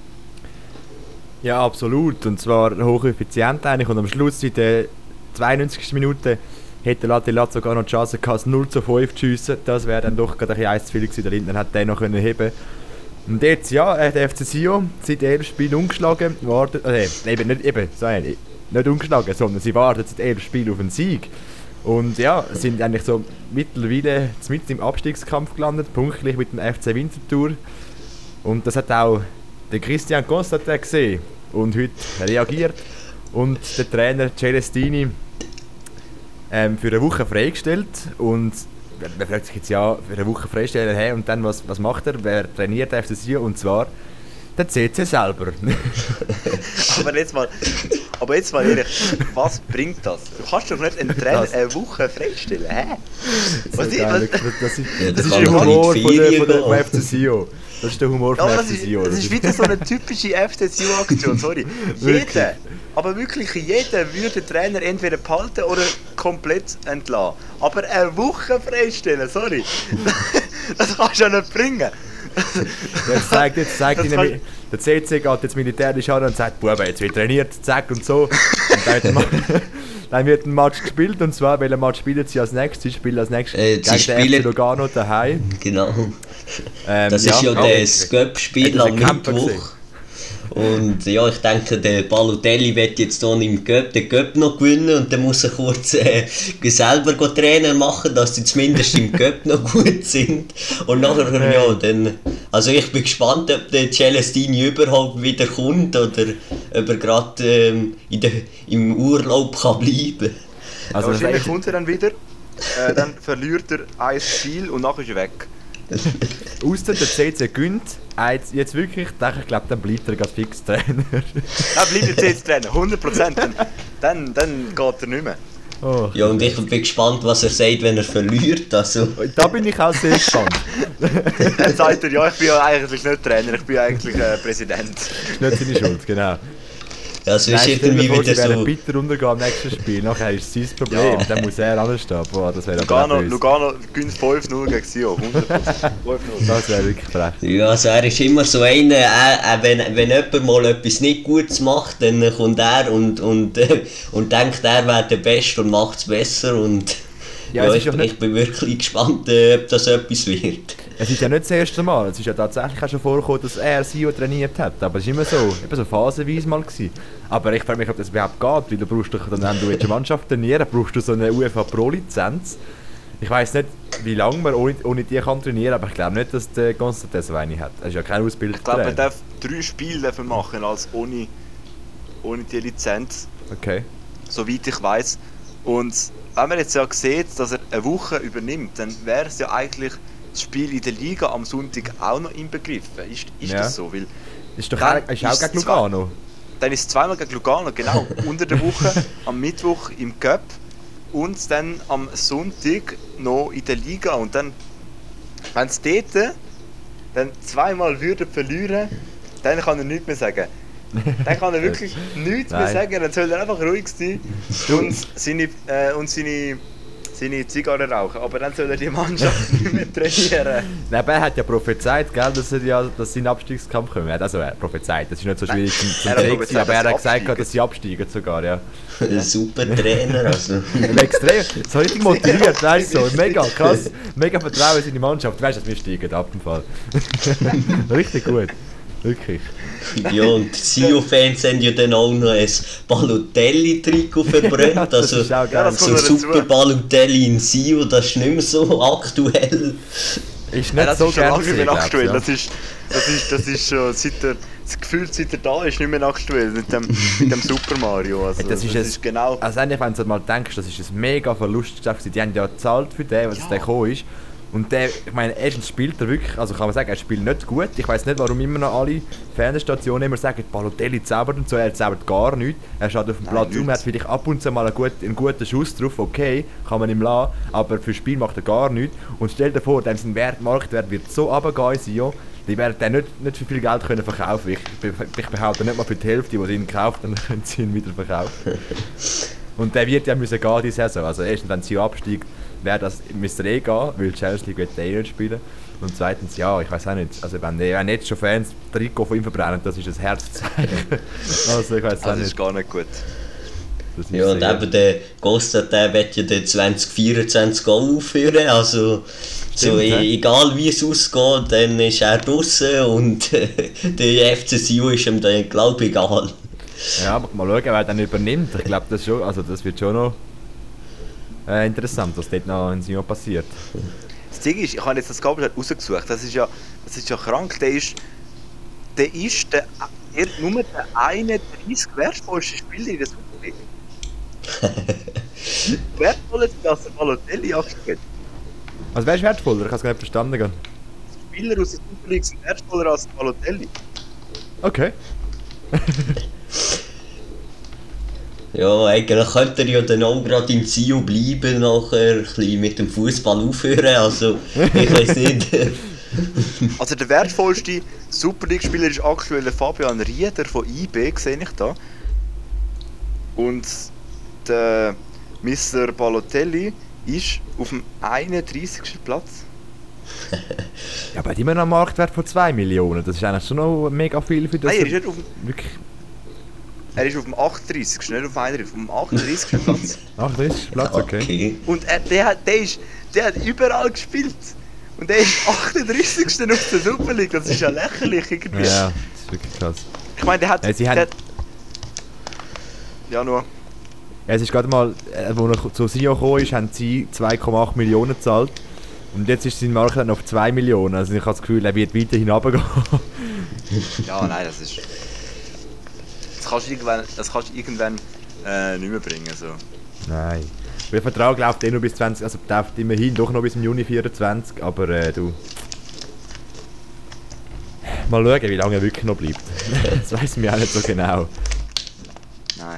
Ja, absolut. Und zwar hocheffizient eigentlich. Und am Schluss, in der zweiundneunzigsten Minute, hätte Latte-Lat sogar noch die Chance gehabt, null zu fünf zu schiessen. Das wäre dann doch gerade ein bisschen eins zu viel gewesen. Der Lindner hat den noch können heben. Und jetzt, ja, der F C Sion, seit elf Spielen ungeschlagen, wartet, äh, eben nicht, eben, sorry, nicht ungeschlagen, sondern sie warten seit elf Spielen auf einen Sieg. Und ja, sind eigentlich so mittlerweile mitten im Abstiegskampf gelandet, punktgleich mit dem F C Winterthur. Und das hat auch der Christian Constantin gesehen und heute reagiert. Und der Trainer Celestini ähm, für eine Woche freigestellt. Und man fragt sich jetzt, ja, für eine Woche freistellen, hey, und dann, was, was macht er? Wer trainiert der F C Sion? Und zwar der C C selber. aber, jetzt mal, aber jetzt mal ehrlich, was bringt das? Du kannst doch nicht einen Trainer das. eine Woche freistellen, hä? Was ist, was? Das ist, ja, das ist der Humor von der, von der F C Sion. Das ist der Humor von ja, F C Sion. Das ist wieder so eine typische F C Sion-Aktion, sorry. Jeder, aber wirklich jeder würde den Trainer entweder behalten oder komplett entlassen. Aber eine Woche freistellen, sorry. Das kannst du ja nicht bringen. Jetzt zeigt, jetzt zeigt ihnen, der C C geht jetzt militärisch an und sagt, Bube, jetzt wird trainiert, zack und so. Und dann, wird dann wird ein Match gespielt, und zwar, welchen Match spielen sie als nächstes? Sie spielen als nächstes äh, gegen den F C Lugano daheim. Genau. Ähm, das ja, ist ja, ja das Cup-Spiel am Mittwoch. Und ja, ich denke, der Balotelli wird jetzt hier im Cup den Cup noch gewinnen und dann muss er kurz äh, selber Trainer machen, dass sie zumindest im Cup noch gut sind. Und nachher, ja, dann, also ich bin gespannt, ob der Celestini überhaupt wieder kommt oder ob er gerade ähm, im Urlaub kann bleiben kann. Also ja, wahrscheinlich kommt er dann wieder, äh, dann verliert er ein Spiel und nachher ist er weg. Ausser der C C gönnt jetzt wirklich, ich glaube, dann bleibt er ganz fix Trainer. Dann bleibt der C C Trainer, hundert Prozent. Dann, dann, dann geht er nicht mehr. Oh. Ja, und ich bin gespannt, was er sagt, wenn er verliert. Also. Da bin ich auch sehr gespannt. Dann sagt er, ja, ich bin ja eigentlich nicht Trainer, ich bin eigentlich äh, Präsident. Das ist nicht seine Schuld, genau. Ja, so ist Nein, stell dir irgendwie vor, wieder sie werden so... bitter untergehen am nächsten Spiel. Nachher ist es sein Problem. Ja. Dann muss er anstehen. Boah, das wäre aber Lugano, auch böse. Lugano gewinnt fünf null gegen Sion, hundert Prozent. fünf null. Das wäre wirklich frech. Ja, also er ist immer so einer, äh, äh, wenn, wenn jemand mal etwas nicht Gutes macht, dann kommt er und, und, äh, und denkt, er wäre der Beste und macht es besser. Und Ja, ja, es ist ich, doch nicht- ich bin wirklich gespannt, äh, ob das etwas wird. Es ist ja nicht das erste Mal. Es ist ja tatsächlich auch schon vorgekommen, dass er Sio trainiert hat. Aber es war immer so, eben so phasenweise mal gewesen. Aber ich frage mich, ob das überhaupt geht, weil du brauchst doch, dann, wenn du eine Mannschaft trainieren brauchst du so eine UEFA Pro-Lizenz. Ich weiss nicht, wie lange man ohne, ohne die kann trainieren, aber ich glaube nicht, dass der Konstantin so eine hat. Er ist ja kein ausgebildeter Ich glaube, man Trainer. darf drei Spiele dafür machen, als ohne, ohne die Lizenz, Okay. soweit ich weiß. Und wenn man jetzt ja sieht, dass er eine Woche übernimmt, dann wäre es ja eigentlich das Spiel in der Liga am Sonntag auch noch inbegriffen. Ist, ist Ja. das so? Weil Ist doch Dann auch, ist auch ist gegen es zwar- Lugano. dann ist es zweimal gegen Lugano, genau, unter der Woche, am Mittwoch im Cup und dann am Sonntag noch in der Liga. Und dann, wenn es dort dann zweimal würde verlieren, dann kann er nichts mehr sagen. Dann kann er wirklich nichts mehr Nein. sagen, dann soll er einfach ruhig sein und seine, äh, und seine, seine Zigarre rauchen. Aber dann soll er die Mannschaft nicht mehr trainieren. Nein, aber er hat ja prophezeit, gell, dass, er ja, dass sie in den Abstiegskampf kommen. Er hat also er prophezeit, das ist nicht so schwierig zum, zum er hat sehen, prophezeit, aber er dass hat sie gesagt, absteigen. dass sie absteigen sogar, ja. Ein super Trainer, also. Aber extrem, so richtig motiviert, weißt du, so, mega krass, mega Vertrauen in seine Mannschaft. Du weißt, dass wir steigen ab im Fall. Richtig gut, wirklich. Ja, und die Sio-Fans haben ja dann auch noch ein Balotelli-Trikot verbrannt. Ja, das Also ist auch Ja, geil. das so kommt noch dazu. Super Balotelli in Sio, das ist nicht mehr so aktuell. Ist Ja, nicht das so ist schon gern lange nicht gesehen, mehr aktuell. glaub's, Das ist, das ist, das ist schon seit er, das Gefühl, seit er da ist, nicht mehr aktuell mit dem, mit dem Super Mario. Also, ja. Das ist, es, genau. Also eigentlich, wenn du mal denkst, das ist ein mega Verlust. Die haben ja gezahlt für den, was Ja. es da gekommen ist. Und der, ich meine, erstens spielt er wirklich, also kann man sagen, er spielt nicht gut. Ich weiß nicht, warum immer noch alle Fernsehstationen immer sagen, Balotelli zaubert und so, er zaubert gar nichts. Er steht auf dem Nein, Platz nichts. rum, hat vielleicht ab und zu mal einen guten, einen guten Schuss drauf, okay, kann man ihm lassen, aber fürs Spiel macht er gar nichts. Und stell dir vor, dann sein Wert, Marktwert wird so runtergehen in Sion, die werden dann nicht, nicht für viel Geld können verkaufen. Ich, ich behaupte nicht mal für die Hälfte, die sie ihn kauft, dann können sie ihn wieder verkaufen. Und der wird ja müssen gehen die Saison. Also erstens, wenn Sion absteigt, wäre das, müsste er eh gehen, weil die Chelsea League wird er eh nicht spielen. Und zweitens, ja, ich weiß auch nicht, also wenn, wenn jetzt schon Fans das Trikot von ihm verbrennen, das ist ein Herzzeichen. Also ich weiß auch Das nicht. ist gar nicht gut. Das ist Ja, und sehr- eben der Costa, der wird ja den zwanzig vierundzwanzig auch aufhören. Also, so, Stimmt, e- egal wie es ausgeht, dann ist er draußen und äh, der F C Sion ist ihm dann, glaube ich, egal. Ja, aber mal schauen, wer dann übernimmt. Ich glaube, das, schon, also das wird schon noch äh, interessant, was dort noch in Sion passiert. Das Ding ist, ich habe jetzt das Kabel rausgesucht. Das ist ja, das ist ja krank. Der ist, der ist der, er, nur der einunddreißig wertvollste Spieler in der Super League. Wertvoller als der Balotelli aktuell. Also wer ist wertvoller? Ich habe es gar nicht verstanden. gell? Spieler aus der Super League sind wertvoller als der Balotelli. Okay. Ja, eigentlich könnte er ja dann auch gerade in Sion bleiben, nachher ein bisschen mit dem Fußball aufhören. Also, ich weiß nicht. Also der wertvollste Super League-Spieler ist aktuell der Fabian Rieder von I B, sehe ich da. Und der Mister Balotelli ist auf dem einunddreißigsten Platz. Ja, aber hat immer noch einen Marktwert von zwei Millionen. Das ist eigentlich schon noch mega viel für das. Nein, er ist, nicht auf, dem- wirklich er ist auf dem achtunddreißigsten nicht auf dem einunddreißigsten Auf dem achtunddreißigsten Platz. achtunddreißig Platz, okay. Okay. Und er, der, hat, der, ist, der hat überall gespielt. Und der ist achtunddreißigsten auf der Super League. Das ist ja lächerlich irgendwie. Ja, das ist wirklich krass. Ich meine, der hat... Ja, sie der haben- hat ja, nur. Ja, es ist gerade mal, äh, als er zu Sion gekommen ist, haben sie zwei Komma acht Millionen gezahlt. Und jetzt ist sein Marktwert auf zwei Millionen. Also ich habe das Gefühl, er wird weiterhin runtergehen. Ja, nein, das ist... Das kannst du irgendwann, das kannst du irgendwann äh, nicht mehr bringen. So. Nein. Der Vertrag läuft eh nur bis zwanzig, also läuft immerhin doch noch bis im Juni vierundzwanzig, aber äh, du... Mal schauen, wie lange er wirklich noch bleibt. Das weiss mir auch nicht so genau. Nein.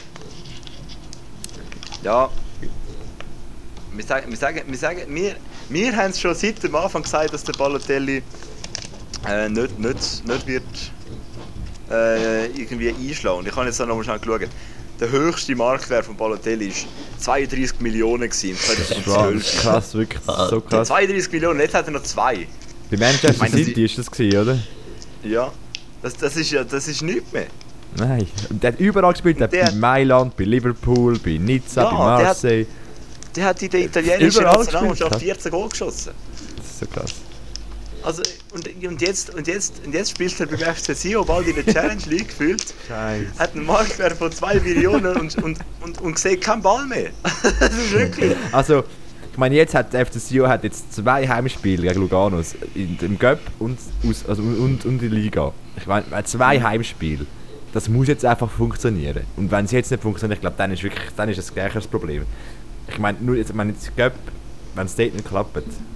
Ja. Wir sagen, wir sagen, wir sagen, wir, wir haben es schon seit dem Anfang gesagt, dass der Balotelli äh, nicht, nicht, nicht wird äh, irgendwie einschlagen. Und ich habe jetzt noch mal schnell geschaut. Der höchste Marktwert von Balotelli war zweiunddreißig Millionen im zweitausendzwölf. Krass, wirklich so krass. zweiunddreißig Millionen, jetzt hat er noch zwei. Bei Manchester meine, City ist das gewesen, oder? Ja, das, das ist ja das ist nichts mehr. Nein, und der hat überall gespielt, der der, bei Mailand, bei Liverpool, bei Nizza, ja, bei Marseille. Der hat, der hat in der italienischen Nationalmannschaft vierzehn Goal geschossen. Das ist so krass. Also, und, und, jetzt, und, jetzt, und jetzt spielt er beim F C Sion bald in der Challenge League gefühlt. Scheiße. Hat einen Marktwert von zwei Millionen und, und, und, und sieht keinen Ball mehr. Das ist wirklich. Also, ich meine, jetzt hat der F C Sion hat jetzt zwei Heimspiele gegen Lugano im Cup und, also, und, und in der Liga. Ich meine, zwei Heimspiele. Das muss jetzt einfach funktionieren. Und wenn es jetzt nicht funktioniert, ich glaube, dann ist wirklich, dann ist das gleich das Problem. Ich meine, nur jetzt, ich meine, jetzt Cup, wenn es dort nicht klappt,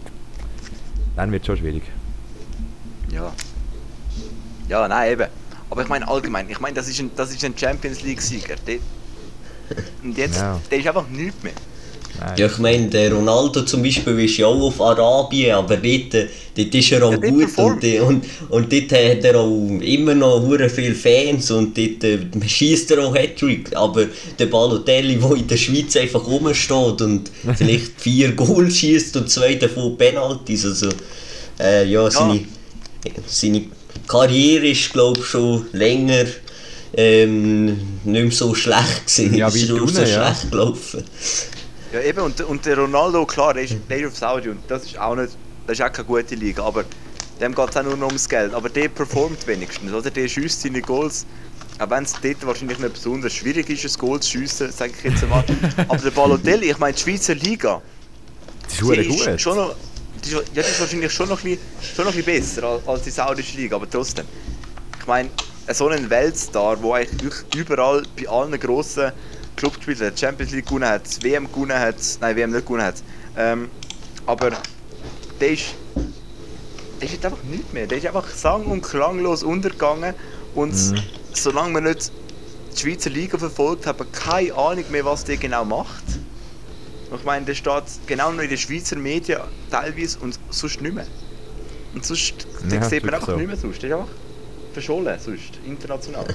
dann wird es schon schwierig. Ja. Ja, nein, eben. Aber ich meine allgemein, ich meine, das ist ein, das ist ein Champions League-Sieger. Und jetzt, ja. Der ist einfach nichts mehr. Nein. Ja, ich meine, der Ronaldo zum Beispiel ist ja auch auf Arabien, aber dort, dort ist er auch ja, gut und, und, und dort hat er auch immer noch sehr viele Fans und dort schießt er auch Hattrick. Aber der Balotelli, der in der Schweiz einfach rumsteht und vielleicht vier Goal schießt und zwei davon Penalties, also äh, ja, seine, ja. seine Karriere ist, glaube ich, schon länger ähm, nicht mehr so schlecht gewesen. Ja, wie ist schon so ja. schlecht gelaufen. Ja eben, und, und der Ronaldo, klar, der ist, der ist auf Saudi und das ist auch nicht, das ist auch keine gute Liga, aber dem geht es auch nur noch ums Geld. Aber der performt wenigstens, oder? Der schießt seine Goals, auch wenn es dort wahrscheinlich nicht besonders schwierig ist, ein Goal zu schiessen, sage ich jetzt einmal. Aber der Balotelli, ich meine, die Schweizer Liga, die ist, die ist schon noch, die ist, ja, die ist wahrscheinlich schon noch ein bisschen, schon noch ein bisschen besser als, als die saudische Liga, aber trotzdem. Ich meine, so ein Weltstar, der eigentlich wirklich überall bei allen grossen Club gespielt hat, Champions League gewonnen hat, W M gewonnen hat, nein, W M nicht gewonnen hat. Ähm, aber der ist, der ist jetzt einfach nichts mehr. Der ist einfach sang- und klanglos untergegangen. Und mhm. solange man nicht die Schweizer Liga verfolgt, hat man keine Ahnung mehr, was der genau macht. Ich meine, der steht genau noch in den Schweizer Medien teilweise und sonst nicht mehr. Und sonst ja, sieht man einfach so. Nicht mehr sonst. Der ist einfach verschollen, sonst, international.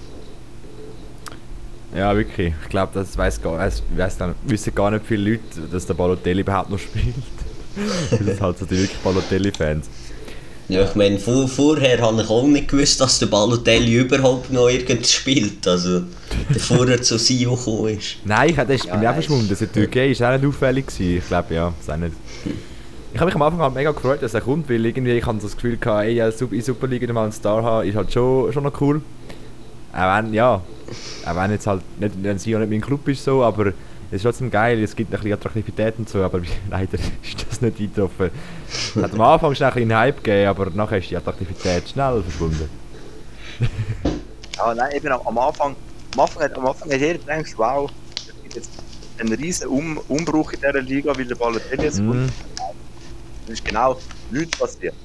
Ja, wirklich. Ich glaube, das weiss gar, weiss, weiss dann, wissen gar nicht viele Leute, dass der Balotelli überhaupt noch spielt. Das sind halt so die wirklich Balotelli-Fans. Ja, ich meine, vor, vorher habe ich auch nicht gewusst, dass der Balotelli überhaupt noch irgendwas spielt. Also, bevor er zu Sion gekommen ist. Nein, der ist bei mir auch verschwunden. Das in der Türkei war auch nicht auffällig. Ich glaube, ja, ist auch nicht. Ich habe mich am Anfang halt mega gefreut, dass er kommt, weil irgendwie ich habe das Gefühl gehabt, ey, in der Superliga mal einen Star haben, ist halt schon, schon noch cool. Auch wenn, ja, auch wenn jetzt halt nicht, wenn Sion nicht mein Club ist so, aber es ist trotzdem geil, es gibt ein bisschen Attraktivität und so, aber leider ist das nicht eingetroffen. Es hat am Anfang schnell einen Hype gegeben, aber nachher ist die Attraktivität schnell verschwunden. Ja, nein, eben am Anfang, am Anfang, hat, am Anfang hat jeder gedacht, wow, es gibt jetzt einen riesen um, Umbruch in dieser Liga, weil der Balotelli jetzt kommt. Das ist genau nichts passiert.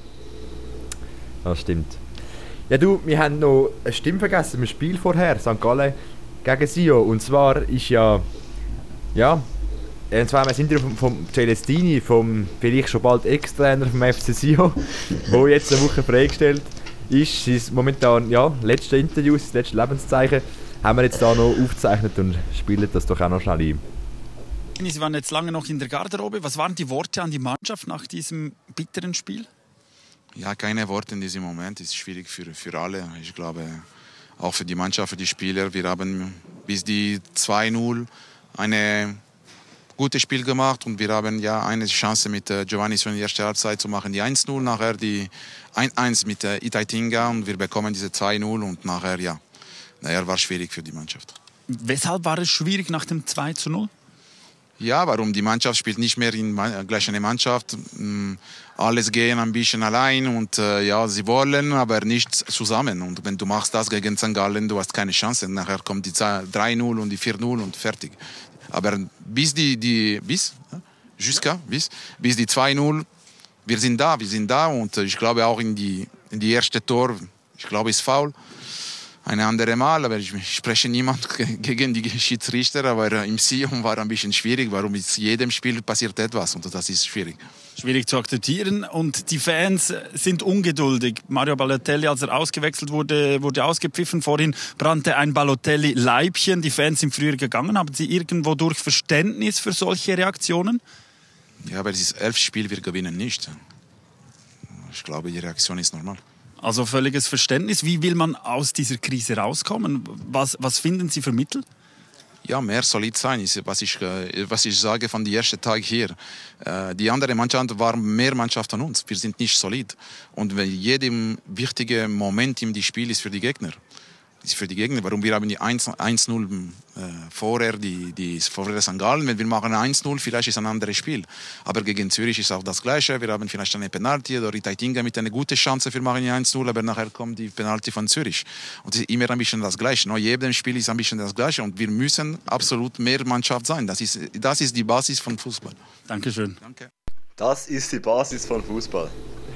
Das stimmt. Ja du, wir haben noch eine Stimme vergessen im Spiel vorher, Sankt Gallen gegen Sion. Und zwar ist ja, ja, und zwar haben wir das Interview vom, vom Celestini, vom vielleicht schon bald Ex-Trainer vom F C Sion, der jetzt eine Woche freigestellt ist. Sein momentan, ja, letzte Interview, sein letztes Lebenszeichen, haben wir jetzt da noch aufgezeichnet und spielen das doch auch noch schnell ein. Sie waren jetzt lange noch in der Garderobe. Was waren die Worte an die Mannschaft nach diesem bitteren Spiel? Ja, keine Worte in diesem Moment. Es ist schwierig für, für alle. Ich glaube, auch für die Mannschaft, für die Spieler. Wir haben bis die zwei null ein gutes Spiel gemacht und wir haben ja eine Chance mit Giovanni in der ersten Halbzeit zu machen, die eins null, nachher die eins eins mit Itaitinga und wir bekommen diese zwei null und nachher, ja, naja, war schwierig für die Mannschaft. Weshalb war es schwierig nach dem zwei zu null? Ja, warum? Die Mannschaft spielt nicht mehr in gleich eine Mannschaft. Alles gehen ein bisschen allein und äh, ja, sie wollen, aber nicht zusammen. Und wenn du machst das gegen Sankt Gallen, du hast keine Chance. Nachher kommt die drei null und die vier null und fertig. Aber bis die, die bis, jusqu'à, bis, bis die zwei null, wir sind da, wir sind da und ich glaube auch in die, in die erste Tor, ich glaube, ist faul. eine andere Mal, aber ich spreche niemand gegen die Schiedsrichter, aber im Sion war ein bisschen schwierig, warum in jedem Spiel passiert etwas und das ist schwierig. Schwierig zu akzeptieren und die Fans sind ungeduldig. Mario Balotelli, als er ausgewechselt wurde, wurde ausgepfiffen. Vorhin brannte ein Balotelli-Leibchen. Die Fans sind früher gegangen. Haben Sie irgendwo durch Verständnis für solche Reaktionen? Ja, aber dieses elf Spiel, wir gewinnen nicht. Ich glaube, die Reaktion ist normal. Also völliges Verständnis. Wie will man aus dieser Krise rauskommen? Was, was finden Sie für Mittel? Ja, mehr solid sein, ist, was, ich, was ich sage von dem ersten Tag hier. Die andere Mannschaft war mehr Mannschaft an uns. Wir sind nicht solid. Und jedem wichtige Moment im Spiel ist für die Gegner. Ist für die Gegner. Warum wir haben die eins null äh, vorher, die, die vorher Sankt Gallen. Wenn wir machen eins null, vielleicht ist es ein anderes Spiel. Aber gegen Zürich ist auch das Gleiche. Wir haben vielleicht eine Penalty oder Itaitinga mit einer guten Chance für machen eins null, aber nachher kommt die Penalty von Zürich. Und es ist immer ein bisschen das Gleiche. No, jedem Spiel ist ein bisschen das Gleiche. Und wir müssen absolut mehr Mannschaft sein. Das ist, das ist die Basis von Fußball. Dankeschön. Danke. Das ist die Basis von Fußball.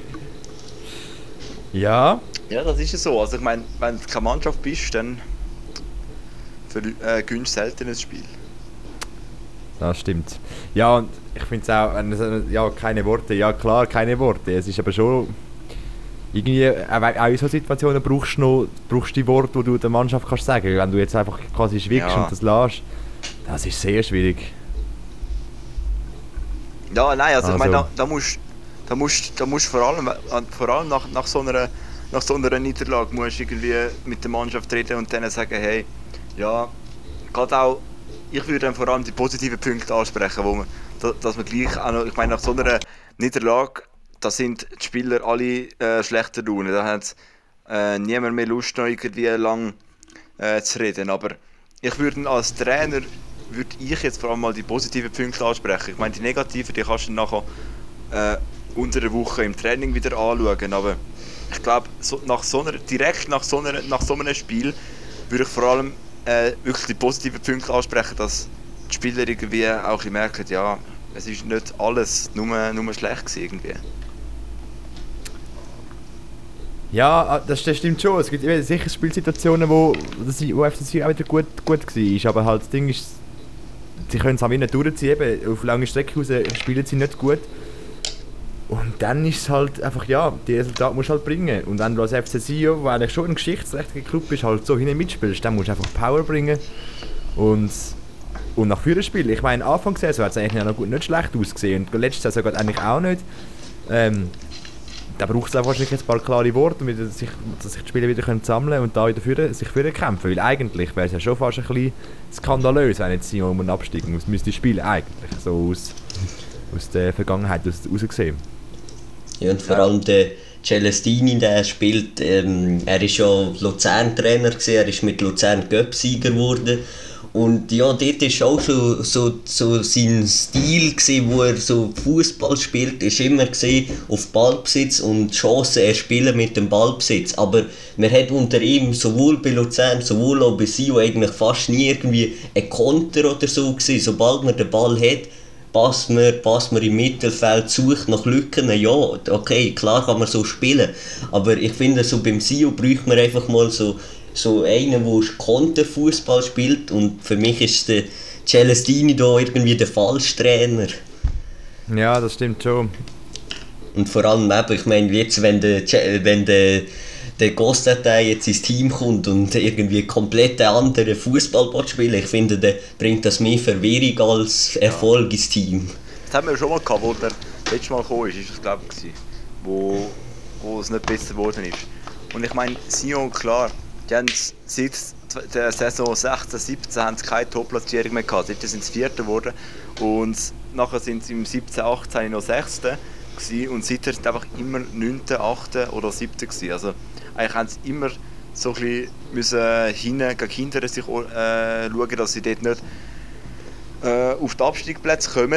Ja. Ja, das ist es so. Also ich meine, wenn du keine Mannschaft bist, dann äh, gewinnst du selten ein Spiel. Das stimmt. Ja, und ich finde es auch, ja, keine Worte. Ja, klar, keine Worte. Es ist aber schon irgendwie, auch in solchen Situationen brauchst du noch, brauchst die Worte, die du der Mannschaft kannst sagen. Wenn du jetzt einfach quasi schwiegst ja. und das lässt, das ist sehr schwierig. Ja, nein, also, also. ich meine, da, da musst da musst, da musst vor allem, vor allem nach, nach so einer Nach so einer Niederlage musst du irgendwie mit der Mannschaft reden und denen sagen, hey, ja, gerade auch, ich würde dann vor allem die positiven Punkte ansprechen, wo man, dass man gleich auch noch, ich meine, nach so einer Niederlage, da sind die Spieler alle äh, schlechter Laune, da hat äh, niemand mehr Lust, noch irgendwie lang äh, zu reden, aber ich würde als Trainer, würde ich jetzt vor allem mal die positiven Punkte ansprechen. Ich meine, die negativen, die kannst du dann nachher äh, unter der Woche im Training wieder anschauen, aber ich glaube, so, nach so einer, direkt nach so, einer, nach so einem Spiel würde ich vor allem äh, wirklich die positiven Punkte ansprechen, dass die Spieler irgendwie auch merken, ja, es ist nicht alles nur, nur schlecht gewesen irgendwie. Ja, das, das stimmt schon. Es gibt sicher Spielsituationen, wo das U F C auch wieder gut, gut war. Aber halt das Ding ist, sie können es auch nicht durchziehen. Eben, auf lange Strecke raus spielen sie nicht gut. Und dann ist es halt einfach, ja, die Resultate musst du halt bringen. Und wenn du als F C Sion, wo eigentlich schon ein geschichtsträchtiger Club ist, halt so hinein mitspielst, dann musst du einfach Power bringen. Und, und nach vorne spielen. Ich meine, Anfang der Saison hat es eigentlich noch gut, nicht schlecht ausgesehen. Und letzte Saison geht eigentlich auch nicht. Ähm, da braucht es auch wahrscheinlich ein paar klare Worte, damit sich, dass sich die Spieler wieder können sammeln und da wieder für, sich für kämpfen. Weil eigentlich wäre es ja schon fast ein bisschen skandalös, wenn jetzt Sion um einen Abstieg muss, müsste spielen eigentlich. So aus, aus der Vergangenheit herausgesehen. Ja, und vor allem der Celestini, der spielt, ähm, er war ja Luzern-Trainer, er ist mit Luzern Cup-Sieger geworden. Und ja, dort war auch so, so, so sein Stil, gewesen, wo er so Fußball spielt, ist immer gewesen, auf Ballbesitz und Chancen erspielen mit dem Ballbesitz. Aber man hat unter ihm sowohl bei Luzern, sowohl auch bei Sion eigentlich fast nie irgendwie ein Konter oder so gewesen. Sobald man den Ball hat, passt man, passt man im Mittelfeld, sucht nach Lücken. Ja, okay, klar kann man so spielen. Aber ich finde, so beim Sion bräuchte man einfach mal so so einen, der Konterfußball spielt, und für mich ist der Celestini da irgendwie der Falschtrainer. Ja, das stimmt schon. Und vor allem eben, ich meine, jetzt, wenn der, wenn der, der Gostetay jetzt ins Team kommt und irgendwie komplett einen anderen Fußball spielen, ich finde, der bringt das mehr Verwirrung als Erfolg ins Team. Das haben wir schon mal gehabt, wo der letztes Mal gekommen ist, ist das glaube ich, wo, wo es nicht besser geworden ist. Und ich meine, Sion, klar, die haben seit der Saison sechzehn siebzehn haben sie keine Top-Platzierung mehr gehabt. Seitdem sind sie Vierter geworden und nachher sind sie im siebzehn achtzehn noch Sechster gewesen und seither sind sie einfach immer Neunter achter oder Siebter gewesen. Also eigentlich haben sie immer so ein bisschen müssen hinten gegen hinten sich äh, schauen, dass sie dort nicht äh, auf die Abstiegsplätze kommen.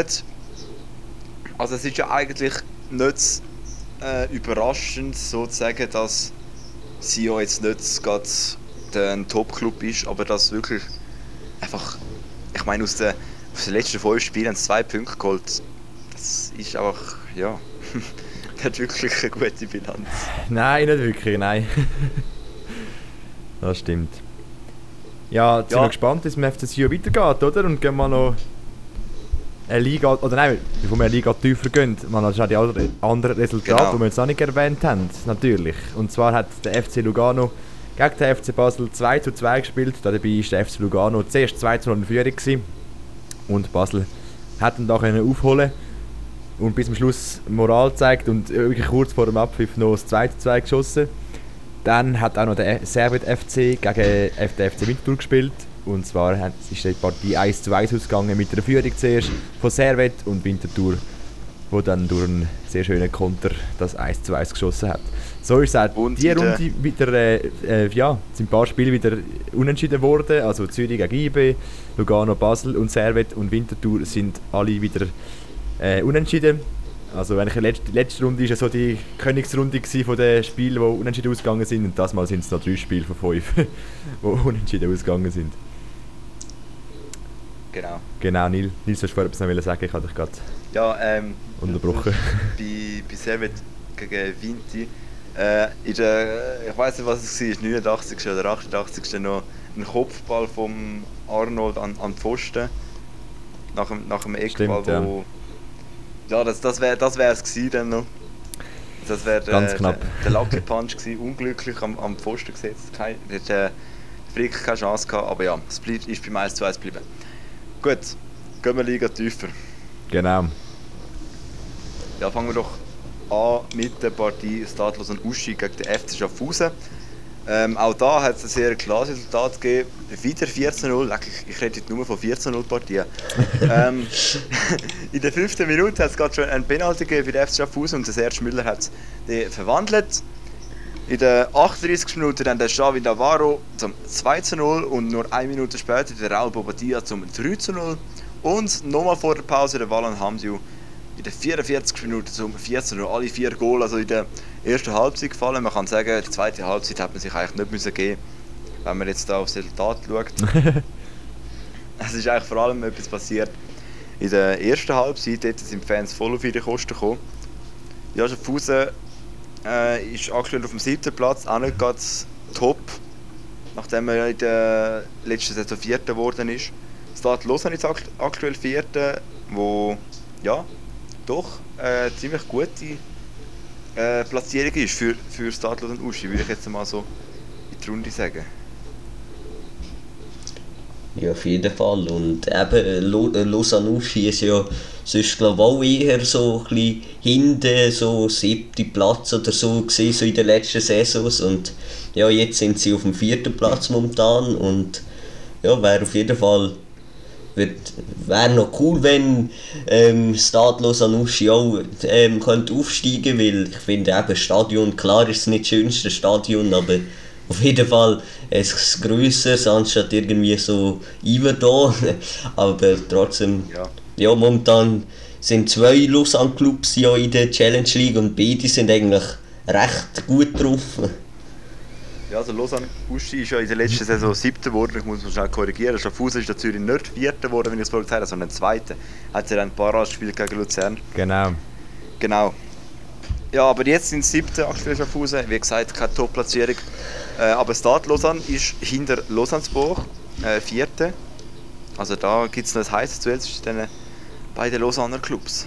Also es ist ja eigentlich nicht äh, überraschend sozusagen, dass Sion jetzt nicht gerade ein Top-Club ist, aber dass wirklich einfach, ich meine, aus den, aus den letzten fünf Spielen haben sie zwei Punkte geholt. Das ist einfach, ja, das hat wirklich eine gute Bilanz. Nein, nicht wirklich, nein. Das stimmt. Ja, jetzt ja. sind wir gespannt, wie es im F C Sion weitergeht, oder? Und gehen wir noch eine Liga, oder nein, bevor wir eine Liga tiefer gehen, man hat auch die anderen Resultate, genau. die wir jetzt noch nicht erwähnt haben, natürlich. Und zwar hat der F C Lugano gegen den F C Basel zwei zu zwei gespielt. Dabei war der F C Lugano zuerst zwei zu null in Führung gewesen. Und Basel hat ihn da aufholen und bis zum Schluss Moral gezeigt und wirklich kurz vor dem Abpfiff noch das zwei zu zwei geschossen. Dann hat auch noch der Servet F C gegen den F C Winterthur gespielt. Und zwar ist die Partie eins zu eins ausgegangen mit einer Führung zuerst von Servet und Winterthur, wo dann durch einen sehr schönen Konter das eins zu eins geschossen hat. So ist es auch und die Runde wieder, äh, äh, ja, sind ein paar Spiele wieder unentschieden worden. Also Zürich gegen I B, Lugano, Basel und Servet und Winterthur sind alle wieder äh, unentschieden. Also wenn ich die letzte, letzte Runde war ja so die Königsrunde von den Spielen, die unentschieden ausgegangen sind. Und das Mal sind es noch drei Spiele von fünf, die unentschieden ausgegangen sind. Genau. Genau, Nils, Nils, hast du vorher etwas noch sagen? Ich habe dich gerade ja, ähm, unterbrochen. Bei, bei Servet gegen Vinti, äh, in der, ich weiß nicht, was es war, neunundachtzigsten oder achtundachtzigsten noch ein Kopfball von Arnold an, an den Pfosten. Nach dem, nach dem Eckball, Stimmt, wo... Ja, ja das, das wäre das es gewesen dann noch. Das wäre Ganz der, knapp. der, der Lucky Punch gewesen, unglücklich am, am Pfosten gesetzt. Kein, der hat Frick keine Chance gehabt, aber ja, es blieb, ist beim eins zu eins geblieben. Gut, gehen wir Liga tiefer. Genau. Ja, fangen wir doch an mit der Partie Stade Lausanne-Uschi gegen den F C Schaffhausen. Ähm, auch da hat es ein sehr klares Resultat gegeben. Wieder vier zu null. Ich, ich rede jetzt nur von vier zu null Partien. ähm, in der fünften Minute hat es gerade schon einen Penalty gegeben für den F C Schaffhausen und der Serge Müller hat den verwandelt. In der achtunddreißigsten Minute dann der Xavi Navarro zum zwei zu null und nur eine Minute später der Raul Bobadilla zum drei zu null. Und nochmal vor der Pause der Valan Hamdiou in der vierundvierzigsten Minute zum vier zu null. Alle vier Goal also in der ersten Halbzeit gefallen. Man kann sagen, die zweite Halbzeit hat man sich eigentlich nicht müssen geben, wenn man jetzt da aufs Resultat schaut. Es ist eigentlich vor allem etwas passiert. In der ersten Halbzeit dort sind die Fans voll auf ihre Kosten gekommen. Ja, Schaffhausen äh, ist aktuell auf dem siebten Platz, auch nicht ganz top, nachdem er in der letzten Saison Vierter geworden ist. Stade Lausanne ist aktuell Vierter, wo ja doch eine ziemlich gute äh, Platzierung ist für, für Stade Lausanne-Uschi, würde ich jetzt mal so in die Runde sagen. Ja, auf jeden Fall. Und eben Lausanne-Uschi ist ja sonst glaube ich auch eher so ein bisschen hinten, so siebten Platz oder so gewesen, so in den letzten Saisons. Und ja, jetzt sind sie auf dem vierten Platz momentan und ja, wäre auf jeden Fall wäre noch cool, wenn ähm, Stade Lausanne-Uschi auch ähm, könnte aufsteigen, weil ich finde eben Stadion, klar ist es nicht das schönste Stadion, aber auf jeden Fall ein grösseres, anstatt irgendwie so Iverdon. Aber trotzdem, ja. ja, momentan sind zwei Lausanne-Clubs ja in der Challenge League und beide sind eigentlich recht gut drauf. Ja, also Lausanne-Uschi ist ja in der letzten Saison siebter geworden, ich muss mich schnell korrigieren. Schaffhausen ist natürlich nicht vierter geworden, wenn ich es vorhin gesagt habe, sondern zweiter. Hat ja dann ein paar gespielt gegen Luzern. Genau. Genau. Ja, aber jetzt sind sie siebter aktuell Schaffhausen, wie gesagt, keine Top-Platzierung. Äh, aber Stade Lausanne ist hinter Lausanne-Sport, äh, vierte. Also da gibt es noch ein heißes Duell zwischen den beiden Lausanner Clubs.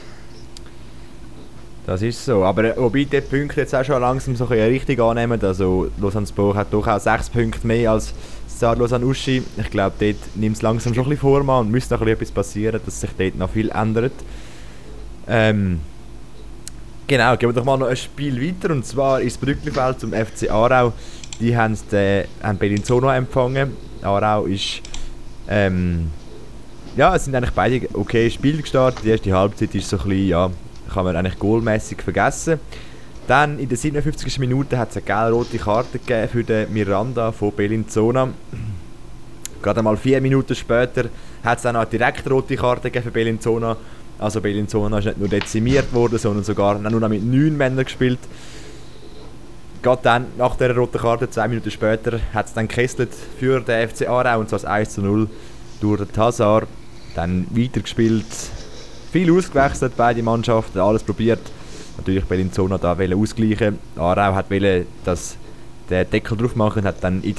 Das ist so, aber wobei die Punkte jetzt auch schon langsam so ein richtig annehmen. Also Lausanne-Sport hat doch auch sechs Punkte mehr als Stade Lausanne-Uschi. Ich glaube, dort nimmt es langsam schon ein bisschen Form an und müsste noch etwas passieren, dass sich dort noch viel ändert. Ähm, genau, gehen wir doch mal noch ein Spiel weiter, und zwar ist das Brücklifeld zum F C Aarau. Die haben, den, haben Bellinzona empfangen. Aarau ist... Ähm, ja, es sind eigentlich beide okay Spiele gestartet. Die erste Halbzeit ist so ein bisschen, ja, kann man eigentlich goalmässig vergessen. Dann in der siebenundfünfzigsten Minute hat es eine gelb-rote Karte gegeben für den Miranda von Bellinzona. Gerade einmal vier Minuten später hat es dann auch eine direkt rote Karte gegeben für Bellinzona. Also Bellinzona ist nicht nur dezimiert worden, sondern sogar nur noch mit neun Männern gespielt. Gerade dann, nach dieser roten Karte, zwei Minuten später, hat es dann gekesselt für den F C Aarau, und zwar das eins zu null durch den Hazard. Dann weitergespielt, viel ausgewechselt, beide Mannschaften, alles probiert. Natürlich Bellinzona da ausgleichen. Aarau hat wollte, dass der Deckel drauf machen, hat dann in der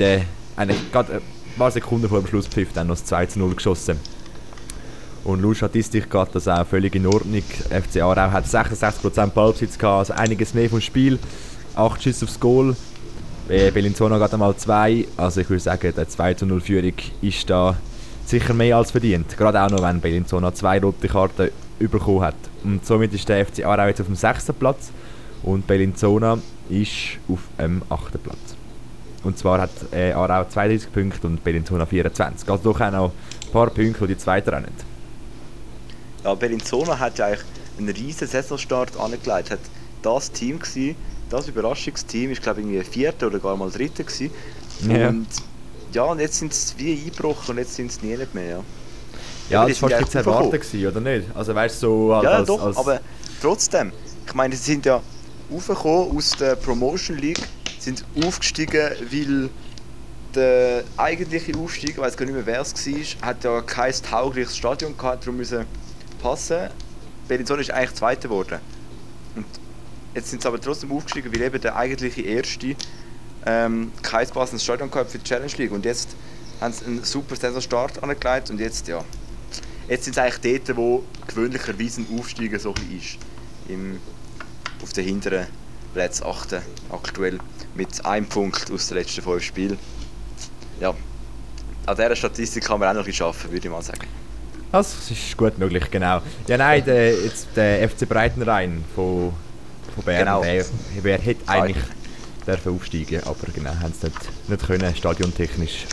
eigentlich gerade ein paar Sekunden vor dem Schlusspfiff dann noch das zwei zu null geschossen. Und laut Statistik geht das auch völlig in Ordnung. F C Aarau hat sechsundsechzig Prozent Ballbesitz gehabt, also einiges mehr vom Spiel. acht Schüsse aufs Goal. Bellinzona geht einmal zwei. Also ich würde sagen, die zwei zu null Führung ist da sicher mehr als verdient. Gerade auch noch, wenn Bellinzona zwei rote Karten bekommen hat. Und somit ist der F C Aarau jetzt auf dem sechsten Platz und Bellinzona ist auf dem achten Platz. Und zwar hat äh, Aarau zweiunddreißig Punkte und Bellinzona vierundzwanzig. Also doch auch noch ein paar Punkte, die die Zweiten rennen. Ja, Bellinzona hat ja eigentlich einen riesen Saisonstart angelegt. Hat das Team gewesen, das Überraschungsteam, ist glaube ich irgendwie Vierte oder gar mal Dritte gewesen. Ja. Und ja, und jetzt sind sie wie eingebrochen und jetzt sind sie nie nicht mehr. Ja, ja das war fast zu erwarten gewesen, oder nicht? Also weißt du, so halt ja, als, doch, als aber trotzdem. Ich meine, sie sind ja raufgekommen aus der Promotion League, sind aufgestiegen, weil der eigentliche Aufstieg, ich weiß gar nicht mehr wer es war, hat ja kein taugliches Stadion gehabt, darum müssen passen. Bellinzona ist eigentlich Zweiter geworden. Und jetzt sind sie aber trotzdem aufgestiegen, weil eben der eigentliche Erste ähm, kein passendes Stadion gehabt für die Challenge League. Und jetzt haben sie einen super Saisonstart angelegt und jetzt, ja, jetzt sind sie eigentlich dort, wo gewöhnlicherweise ein Aufsteiger so ein bisschen ist. Im, auf den hinteren Platz achten aktuell mit einem Punkt aus den letzten fünf Spielen. Ja, an dieser Statistik kann man auch noch ein bisschen arbeiten, würde ich mal sagen. Das ist gut möglich, genau. Ja nein, der, jetzt der F C Breitenrein von, von Bern, Genau. der, der hätte eigentlich dürfen aufsteigen, aber genau, haben sie nicht, nicht können, stadiontechnisch.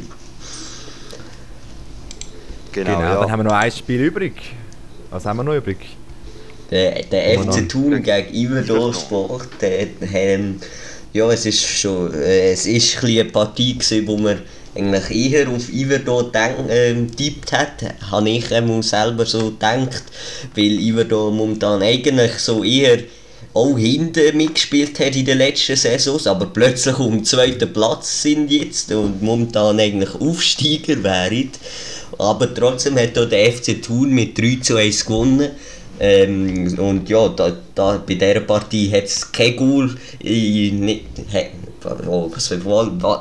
Genau, genau ja. Dann haben wir noch ein Spiel übrig. Was haben wir noch übrig? Der, der F C Thun gegen Iverdor Sport, der, ähm, ja, es ist schon, äh, es ist ein eine Partie gewesen, wo man eigentlich eher auf Iverdor getippt ähm, hat, habe ich ähm, selber so gedacht, weil Iverdor momentan eigentlich so eher auch hinten mitgespielt hat in den letzten Saisons, aber plötzlich auf dem zweiten Platz sind jetzt und momentan eigentlich Aufsteiger wären. Aber trotzdem hat auch der F C Thun mit drei zu eins gewonnen. Ähm, und ja, da, da, bei dieser Partie hat es kein Goal. Ich, nicht, he, oh, was für was?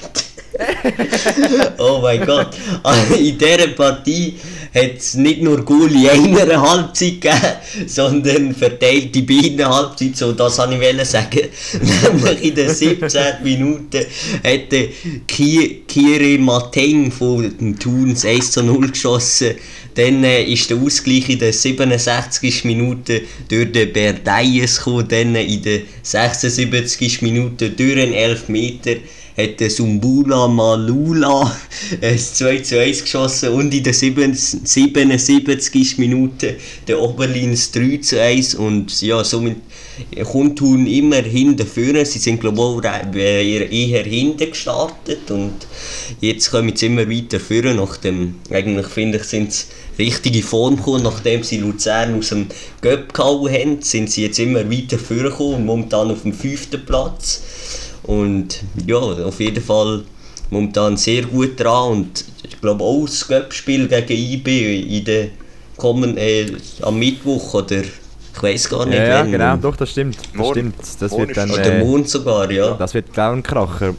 Oh mein Gott. In dieser Partie hat es nicht nur Goal in einer Halbzeit gegeben, sondern verteilt in beiden Halbzeiten. So, das wollte ich sagen. Nämlich in den siebzehnten Minuten hat der Kire Mateng von Thun eins zu null geschossen. Dann äh, ist der Ausgleich in der siebenundsechzigsten Minute durch den Berdayes gekommen. Dann in der sechsundsiebzigsten Minute durch einen Elfmeter hat der Sumbula Malula ein zwei zu eins geschossen und in der siebenundsiebzigsten Minute der Oberlins drei zu eins. Und ja, somit kommt Thun immer hinten vorne. Sie sind glaube ich eher, eher hinten gestartet und jetzt kommen sie immer weiter vorne. Nach dem, eigentlich finde ich, sind sie richtige Form gekommen, nachdem sie Luzern aus dem Göpp gehauen haben, sind sie jetzt immer weiter vorne gekommen und momentan auf dem fünften Platz. Und ja, auf jeden Fall momentan sehr gut dran und ich glaube auch das Göpp-Spiel gegen I B in der kommen, äh, am Mittwoch oder ich weiß gar nicht ja, wann. Ja, genau, doch, das stimmt. Das Morgen. stimmt. Das Morgen wird dann, Oder äh, Mond sogar, ja. Das wird glaube ich ein Kracher.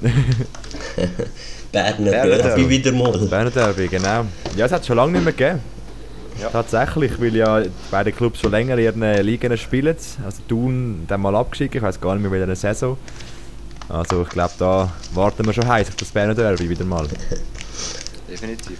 Berner Berner Derby Derby. wieder mal. Berner Derby, genau. Ja, es hat es schon lange nicht mehr gegeben. Ja. Tatsächlich, weil ja beide Clubs schon länger in ihren Ligen spielen. Also Thun dann mal abgeschieden, ich weiß gar nicht mehr, in welcher Saison. Also ich glaube, da warten wir schon heiß auf das Berner Derby wieder mal. Definitiv.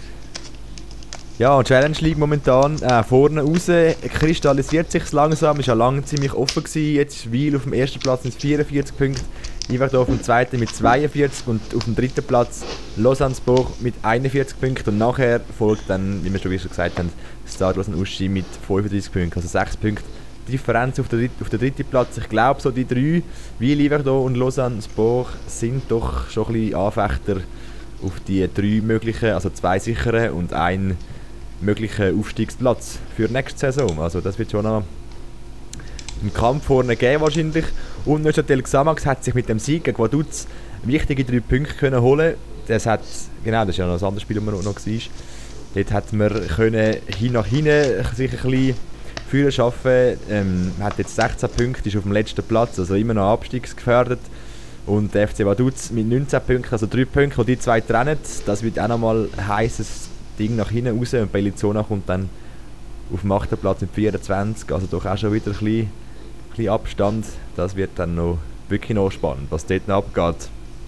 Ja, und Challenge League momentan äh, vorne raus kristallisiert sich langsam. Es war ja lange ziemlich offen gewesen. Jetzt ist Wil auf dem ersten Platz mit vierundvierzig Punkten, Iverdor auf dem zweiten mit zweiundvierzig und auf dem dritten Platz Lausanne-Sport mit einundvierzig Punkten. Und nachher folgt dann, wie wir schon gesagt haben, Stade Lausanne-Uschi mit fünfunddreißig Punkten, also sechs Punkte Differenz auf den auf der dritten Platz. Ich glaube, so die drei, Wil, Iverdor und Lausanne-Sport, sind doch schon ein bisschen Anfechter auf die drei möglichen, also zwei sichere und ein möglichen Aufstiegsplatz für nächste Saison. Also das wird schon noch einen Kampf vorne geben wahrscheinlich. Und Neuchâtel Xamax hat sich mit dem Sieg gegen Vaduz wichtige drei Punkte können holen. Das hat, genau, das ist ja noch ein anderes Spiel, das man noch war. Dort hat man können hin nach hinten sich ein bisschen Führer schaffen. Ähm, man hat jetzt sechzehn Punkte, ist auf dem letzten Platz, also immer noch abstiegsgefährdet. Und der F C Vaduz mit neunzehn Punkten, also drei Punkte, und die zwei trennen. Das wird auch nochmal ein heisses Ding nach hinten raus. Und Bellinzona kommt dann auf dem achten Platz mit vierundzwanzig, also doch auch schon wieder ein bisschen, ein bisschen Abstand. Das wird dann noch wirklich noch spannend, was dort noch abgeht.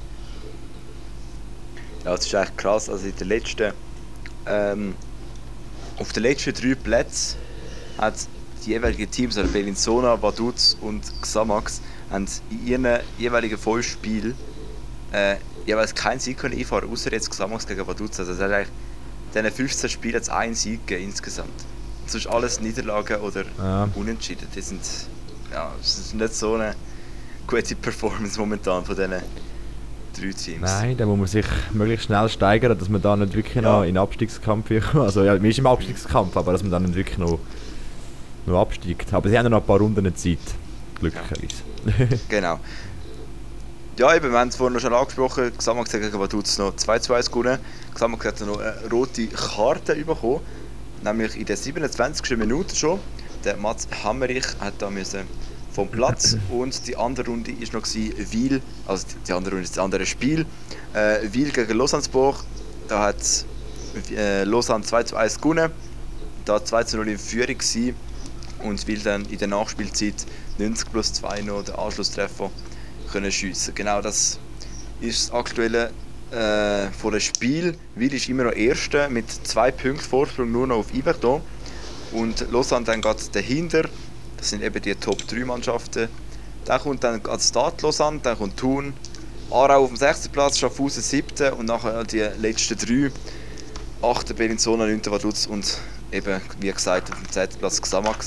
Ja, das ist echt krass. Also in den letzten, ähm, auf den letzten drei Plätzen hat die jeweiligen Teams, also Bellinzona, Vaduz und Xamax, haben in ihren jeweiligen Vollspielen äh, jeweils keinen Sieg können einfahren, außer jetzt Xamax gegen Vaduz. Also es hat eigentlich in diesen fünfzehn Spielen jetzt einen Sieg gegeben insgesamt. Sonst alles Niederlagen oder ja. Unentschieden. Die sind, ja, das ist nicht so eine gute Performance momentan von diesen drei Teams. Nein, da muss man sich möglichst schnell steigern, dass man da nicht wirklich ja. noch in den Abstiegskampf kommt. Also ja, man ist im Abstiegskampf, aber dass man dann nicht wirklich noch, noch absteigt. Aber sie haben noch ein paar Runden Zeit, glücklicherweise. Ja. Genau. Ja, eben, wir haben es vorhin noch schon angesprochen, Xamax gegen Vaduz noch zwei zu eins gewonnen. Xamax hat noch eine rote Karte bekommen, nämlich in der siebenundzwanzigsten Minute schon. Der Mats Hammerich hat da müssen vom Platz und die andere Runde war noch Wil, also die andere Runde ist das andere Spiel, äh, Wil gegen Lausanne-Sport. Da hat äh, Lausanne zwei zu eins gewonnen, da zwei zu null in Führung gewesen und Wil dann in der Nachspielzeit neunzig plus zwei noch den Anschlusstreffer können schiessen. Genau, das ist das aktuelle äh, von dem Spiel. Wil ist immer noch Erster mit zwei Punkten Vorsprung nur noch auf Yverdon und Lausanne dann geht dahinter. Das sind eben die Top drei Mannschaften. Dann kommt dann als Start Lausanne, dann kommt Thun, Aarau auf dem sechsten Platz, Schaffhausen siebten und nachher die letzten drei. achten Bellinzona, neunten Vaduz und eben, wie gesagt, auf dem zehnten Platz Xamax.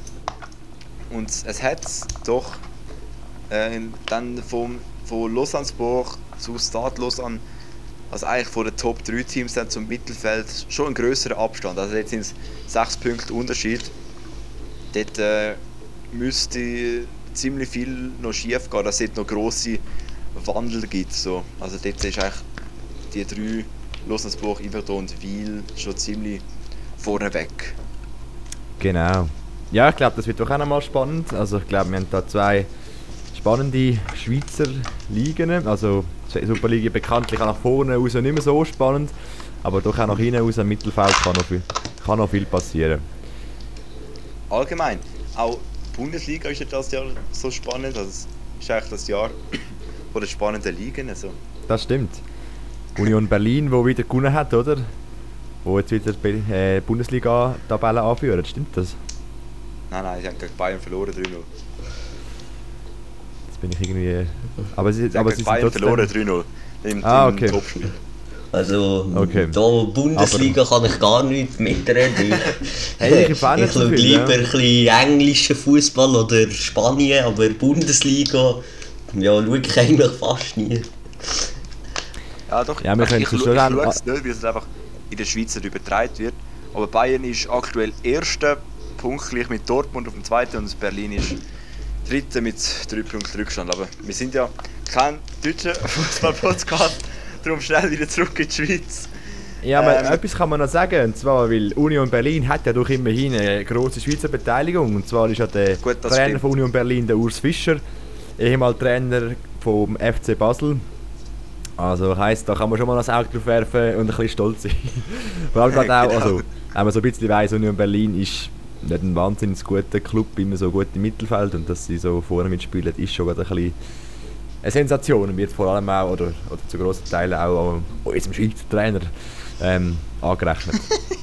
Und es hat doch äh, dann vom, von Lausanne-Sport zu Stade Lausanne, also eigentlich von den Top drei Teams dann zum Mittelfeld, schon ein grösserer Abstand. Also jetzt sind es sechs Punkte Unterschied. Dort äh, müsste ziemlich viel noch schief gehen, dass es noch grosse Wandel gibt. So. Also dort ist eigentlich die drei, Lausanne-Sport, Yverdon und Wil, schon ziemlich vorne weg. Genau. Ja, ich glaube, das wird doch auch nochmal spannend. Also ich glaube, wir haben da zwei spannende Schweizer Ligen. Also die Superliga bekanntlich auch nach vorne raus nicht mehr so spannend, aber doch auch nach hinten raus im Mittelfeld kann noch viel, kann noch viel passieren. Allgemein, auch die Bundesliga ist ja das Jahr so spannend. Also es ist eigentlich das Jahr von den spannenden Ligen. Also. Das stimmt. Union Berlin, wo wieder gewonnen hat, oder? Wo jetzt wieder die äh, Bundesliga-Tabelle anführt, stimmt das? Nein, nein, sie haben gegen Bayern verloren drei null. Jetzt bin ich irgendwie... Aber sie, sie aber haben sie gegen Bayern trotzdem... verloren drei null im, ah, im okay. Topspiel. Also, okay. da Bundesliga aber, kann ich gar nicht mitreden. Hey, ich ich, ich schaue lieber ja. ein bisschen englischen Fußball oder Spanien, aber Bundesliga ja, schaue ich eigentlich fast nie. Ja doch, ja, wir ich, ich, ich schaue es nicht, weil es einfach in der Schweiz übertragen wird. Aber Bayern ist aktuell Erster, punktgleich mit Dortmund auf dem zweiten und Berlin ist Dritter mit drei Punkten Rückstand. Aber wir sind ja kein deutscher Fußball-Podcast, darum schnell wieder zurück in die Schweiz. Ja, aber ähm, etwas kann man noch sagen, und zwar, weil Union Berlin hat ja doch immerhin eine grosse Schweizer Beteiligung. Und zwar ist ja der gut, Trainer stimmt. von Union Berlin, der Urs Fischer, ehemaliger Trainer vom F C Basel. Also heisst, da kann man schon mal ein Auge drauf werfen und ein bisschen stolz sein. Vor allem gerade auch, genau. Also, wenn man so ein bisschen weiss, Union Berlin ist nicht ein wahnsinnig guter Club, immer so gut im Mittelfeld, und dass sie so vorne mitspielen, ist schon gerade ein bisschen eine Sensation. Und wird vor allem auch, oder, oder zu grossen Teilen auch an unserem Schweizer Trainer ähm, angerechnet.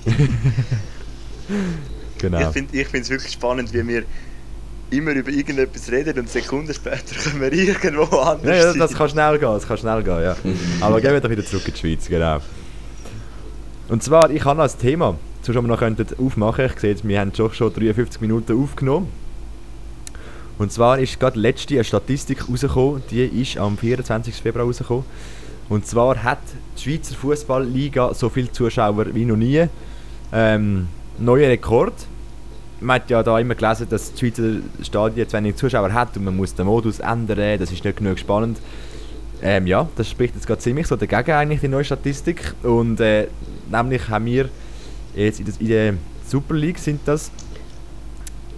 Genau. Ich finde es wirklich spannend, wie wir immer über irgendetwas reden und Sekunden später können wir irgendwo anders ja, ja, das kann schnell gehen, das kann schnell gehen, ja. Aber gehen wir doch wieder zurück in die Schweiz, genau. Und zwar, ich habe noch ein Thema, das wir noch aufmachen könnten. Ich sehe jetzt, wir haben schon, schon dreiundfünfzig Minuten aufgenommen. Und zwar ist gerade letzte eine Statistik rausgekommen, die ist am vierundzwanzigsten Februar rausgekommen. Und zwar hat die Schweizer Fußballliga so viele Zuschauer wie noch nie. Ähm, neuer Rekord. Man hat ja da immer gelesen, dass die Schweizer Stadien zu wenig Zuschauer hat und man muss den Modus ändern, das ist nicht genug spannend. Ähm, ja, das spricht jetzt gerade ziemlich so dagegen eigentlich, die neue Statistik. Und äh, nämlich haben wir jetzt in, das, in der Super League sind das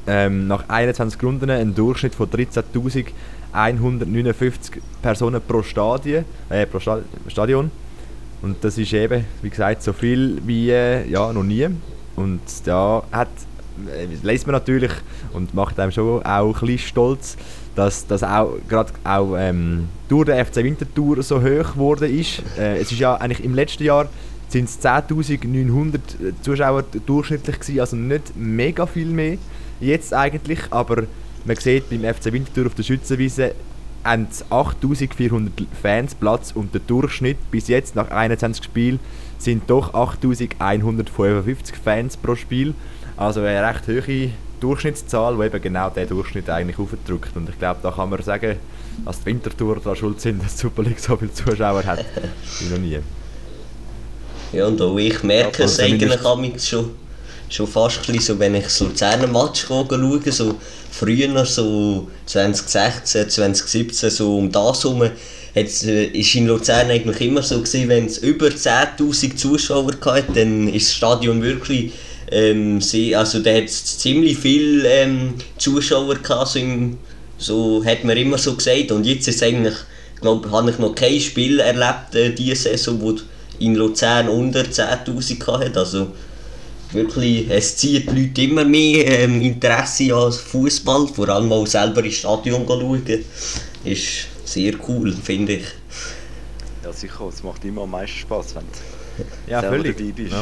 ähm, nach einundzwanzig Runden einen Durchschnitt von dreizehntausendeinhundertneunundfünfzig Personen pro, Stadie, äh, pro Sta- Stadion. Und das ist eben, wie gesagt, so viel wie äh, ja, noch nie. Und da hat, äh, lässt man natürlich und macht einem schon auch ein bisschen stolz, dass das auch gerade auch ähm, durch den F C Winterthur so hoch geworden ist. Äh, es ist ja eigentlich im letzten Jahr sind es zehntausendneunhundert Zuschauer durchschnittlich gewesen, also nicht mega viel mehr jetzt eigentlich, aber man sieht beim F C Winterthur auf der Schützenwiese haben achttausendvierhundert Fans Platz und der Durchschnitt bis jetzt nach einundzwanzig Spielen sind doch achttausendeinhundertfünfundfünfzig Fans pro Spiel. Also eine recht hohe Durchschnittszahl, die eben genau diesen Durchschnitt eigentlich aufdrückt. Und ich glaube, da kann man sagen, dass die Winterthur daran schuld sind, dass die Super League so viele Zuschauer hat wie noch nie. Ja, und auch ich merke ja, es eigentlich schon, schon fast ein bisschen so, wenn ich so Luzerner Match schaue, so früher, so zwanzig sechzehn, zwanzig siebzehn, so um das herum, hat's, äh, ist in Luzern eigentlich immer so gewesen, wenn es über zehntausend Zuschauer hatte, dann ist das Stadion wirklich, ähm, sehr, also da hat es ziemlich viele ähm, Zuschauer gehabt, so, im, so hat man immer so gesagt, und jetzt ist eigentlich, glaube habe ich noch kein Spiel erlebt, äh, diese Saison, wo in Luzern unter zehntausend hatte, also wirklich, es zieht die Leute immer mehr ähm, Interesse an Fußball, vor allem auch selber ins Stadion schauen. Ist sehr cool, finde ich. Ja, sicher, es macht immer am meisten Spaß, wenn du ja, selber völlig dabei bist. Ja.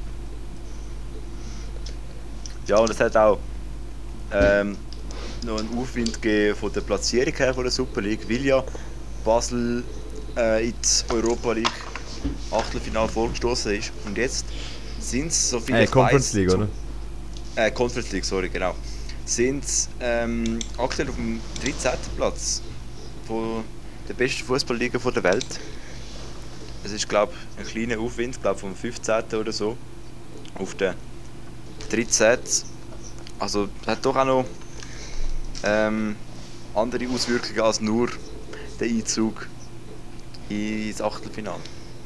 Ja, und es hat auch ähm, noch einen Aufwind gegeben von der Platzierung her von der Super League, weil ja Basel äh, in die Europa League Achtelfinale vorgestoßen ist. Und jetzt sind es, so viel äh, ich Conference weiss, League, zu, oder? Äh, Conference League, sorry, genau. Sind ähm, aktuell auf dem dreizehnten Platz von der besten Fußballliga der Welt. Es ist, glaube ich, ein kleiner Aufwind, glaube vom fünfzehnten oder so auf den dreizehnten Also hat doch auch noch ähm, andere Auswirkungen als nur der Einzug ins Achtelfinale.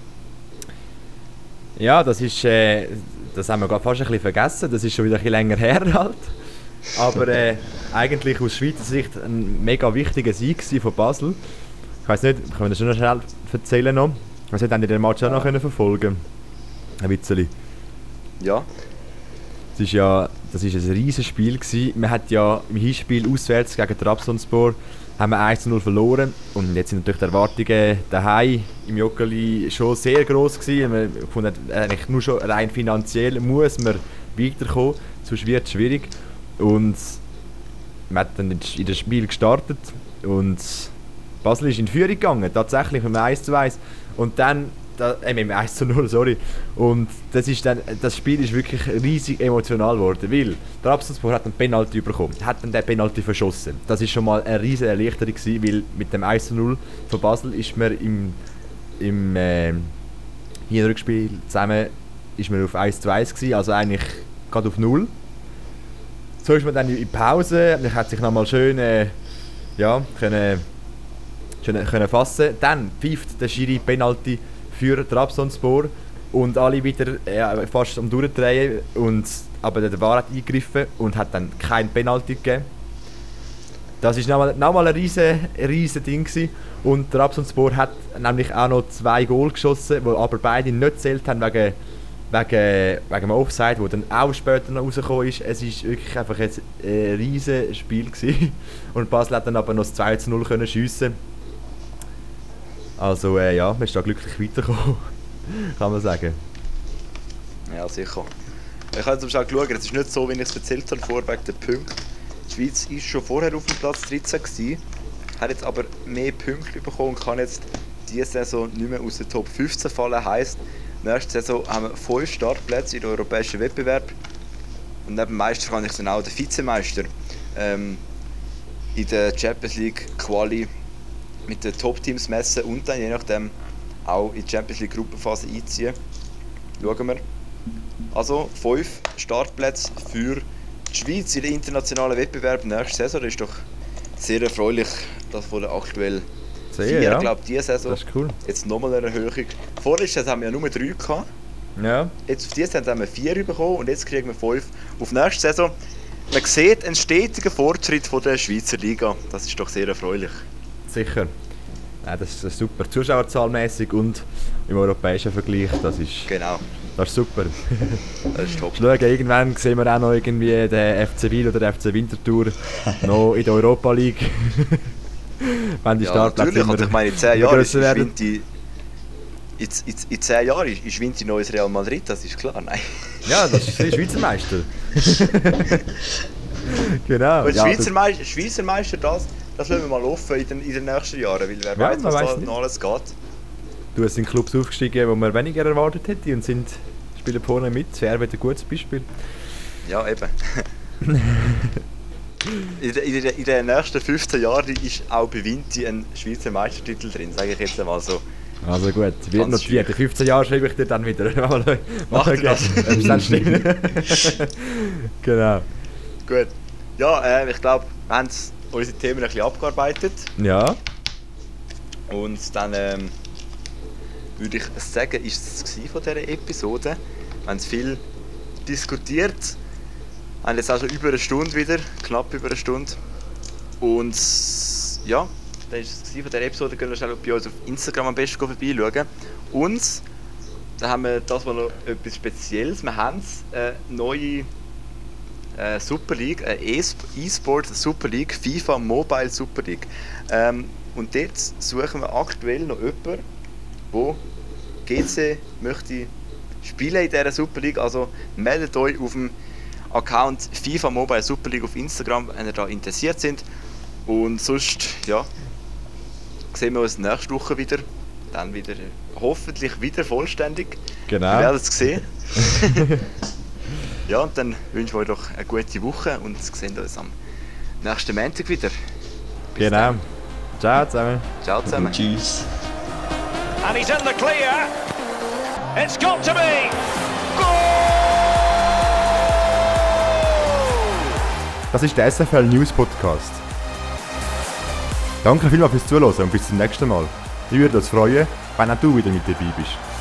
Ja, das ist, äh, das haben wir gerade fast ein bisschen vergessen, das ist schon wieder ein bisschen länger her halt. Aber äh, eigentlich aus Schweizer Sicht ein mega wichtiger Sieg von Basel. Ich weiss nicht, können wir das schon noch schnell erzählen noch? Ich weiss nicht, haben die den Match auch noch können verfolgen? Ein bisschen. Ja. Das ist ja, das ist ein riesiges Spiel gewesen. Man hat ja im Hinspiel auswärts gegen Trabzonspor haben wir eins zu null verloren und jetzt sind natürlich die Erwartungen daheim im Joggeli schon sehr gross gewesen. Man fand eigentlich nur schon rein finanziell muss man weiterkommen, sonst wird es schwierig. Und man hat dann in das Spiel gestartet und Basel ist in Führung gegangen, tatsächlich mit dem eins zu eins und dann Da, äh, mit dem eins zu null, sorry. Und das, ist dann, das Spiel ist wirklich riesig emotional geworden, weil der Trabzonspor hat einen Penalty bekommen, hat dann den Penalty verschossen. Das ist schon mal eine riesige Erleichterung gewesen, weil mit dem eins zu null von Basel ist man im, im äh, Hinrückspiel zusammen ist man auf eins zu eins gewesen, also eigentlich gerade auf null. So ist man dann in Pause, man hat sich nochmal schön äh, ja, können, schön, können fassen. Dann pfeift der Schiri Penalty für Trabzonspor und alle wieder äh, fast am Durchdrehen, und aber der V A R hat eingegriffen und hat dann kein Penalty gegeben. Das war nochmal, nochmal ein riesen, riesen Ding gewesen. Und Trabzonspor hat nämlich auch noch zwei Goal geschossen, die aber beide nicht gezählt haben wegen, wegen, wegen dem Offside, wo dann auch später noch rausgekommen ist. Es war wirklich einfach ein äh, riesen Spiel gewesen. Und Basel hat dann aber noch das zwei zu null können schiessen. Also äh, ja, man ist da glücklich weitergekommen, kann man sagen. Ja, sicher. Ich habe jetzt am geschaut, es ist nicht so, wie ich es erzählt habe, vorweg der Punkt. Die Schweiz war schon vorher auf dem Platz dreizehn gewesen, hat jetzt aber mehr Punkte bekommen und kann jetzt diese Saison nicht mehr aus der Top fünfzehn fallen. Heisst, nächste Saison haben wir fünf Startplätze in den europäischen Wettbewerb. Und neben dem Meister kann ich dann auch den Vizemeister ähm, in der Champions League Quali mit den Top-Teams messen und dann je nachdem auch in die Champions League Gruppenphase einziehen. Schauen wir. Also fünf Startplätze für die Schweiz in den internationalen Wettbewerb nächste Saison. Das ist doch sehr erfreulich, dass von der aktuell sehr, vier, ja. glaube diese Saison. Das ist cool. Jetzt nochmal eine Erhöhung. Vorher haben wir ja nur drei gehabt. Ja. Jetzt auf diese Saison haben wir vier bekommen und jetzt kriegen wir fünf auf nächste Saison. man sieht einen stetigen Fortschritt von der Schweizer Liga. Das ist doch sehr erfreulich. Sicher. Ja, das ist super. Zuschauerzahlmäßig und im europäischen Vergleich, das ist, genau. Das ist super. Das ist top. Schauen, irgendwann sehen wir auch noch irgendwie den F C Wil oder den F C Winterthur noch in der Europa League. Wenn die ja, Startplätze immer, also ich meine, in zehn Jahren ist, ist Vinti, in, in, in zehn Jahren ist, ist Vinti neues Real Madrid, das ist klar, nein. Ja, das ist der Schweizer Meister. Genau. Und ja, Schweizer, Meister, Schweizer Meister, das, das lassen wir mal offen in den, in den nächsten Jahren, weil wer ja, weiß, was da noch alles geht. Du, es sind Clubs aufgestiegen, die man weniger erwartet hätte und sind, spielen vorne mit. Das wäre ein gutes Beispiel. Ja, eben. in, de, in, de, in den nächsten fünfzehn Jahren ist auch bei Vinti ein Schweizer Meistertitel drin, sage ich jetzt einmal so. Also gut, wird notiert. In fünfzehn Jahren schreibe ich dir dann wieder. Mal, Mach dir das. Ob es dann stimmt. Genau. Gut. Ja, äh, ich glaube, wir haben unsere Themen ein bisschen abgearbeitet. Ja. Und dann ähm, würde ich sagen, ist es von dieser Episode. Wir haben viel diskutiert. Wir haben jetzt auch schon über eine Stunde wieder, knapp über eine Stunde. Und ja, dann ist es von dieser Episode. Können wir schnell bei uns auf Instagram am besten vorbeischauen. Und dann haben wir das mal noch etwas Spezielles. Wir haben eine neue äh, Super League, eine E-Sport Super League, FIFA Mobile Super League. Ähm, und dort suchen wir aktuell noch jemanden, der G C möchte spielen in dieser Super League. Also meldet euch auf dem Account FIFA Mobile Super League auf Instagram, wenn ihr da interessiert sind. Und sonst, ja, sehen wir uns nächste Woche wieder. Dann wieder, hoffentlich wieder vollständig. Genau. Wir werden es sehen. Ja, und dann wünschen wir euch doch eine gute Woche und sehen uns am nächsten Montag wieder. Bis genau. Dann. Ciao zusammen. Ciao zusammen. Tschüss. And he's in the clear. It's got to be. Goal! Das ist der S F L News Podcast. Danke vielmals fürs Zuhören und bis zum nächsten Mal. Ich würde uns freuen, wenn auch du wieder mit dabei bist.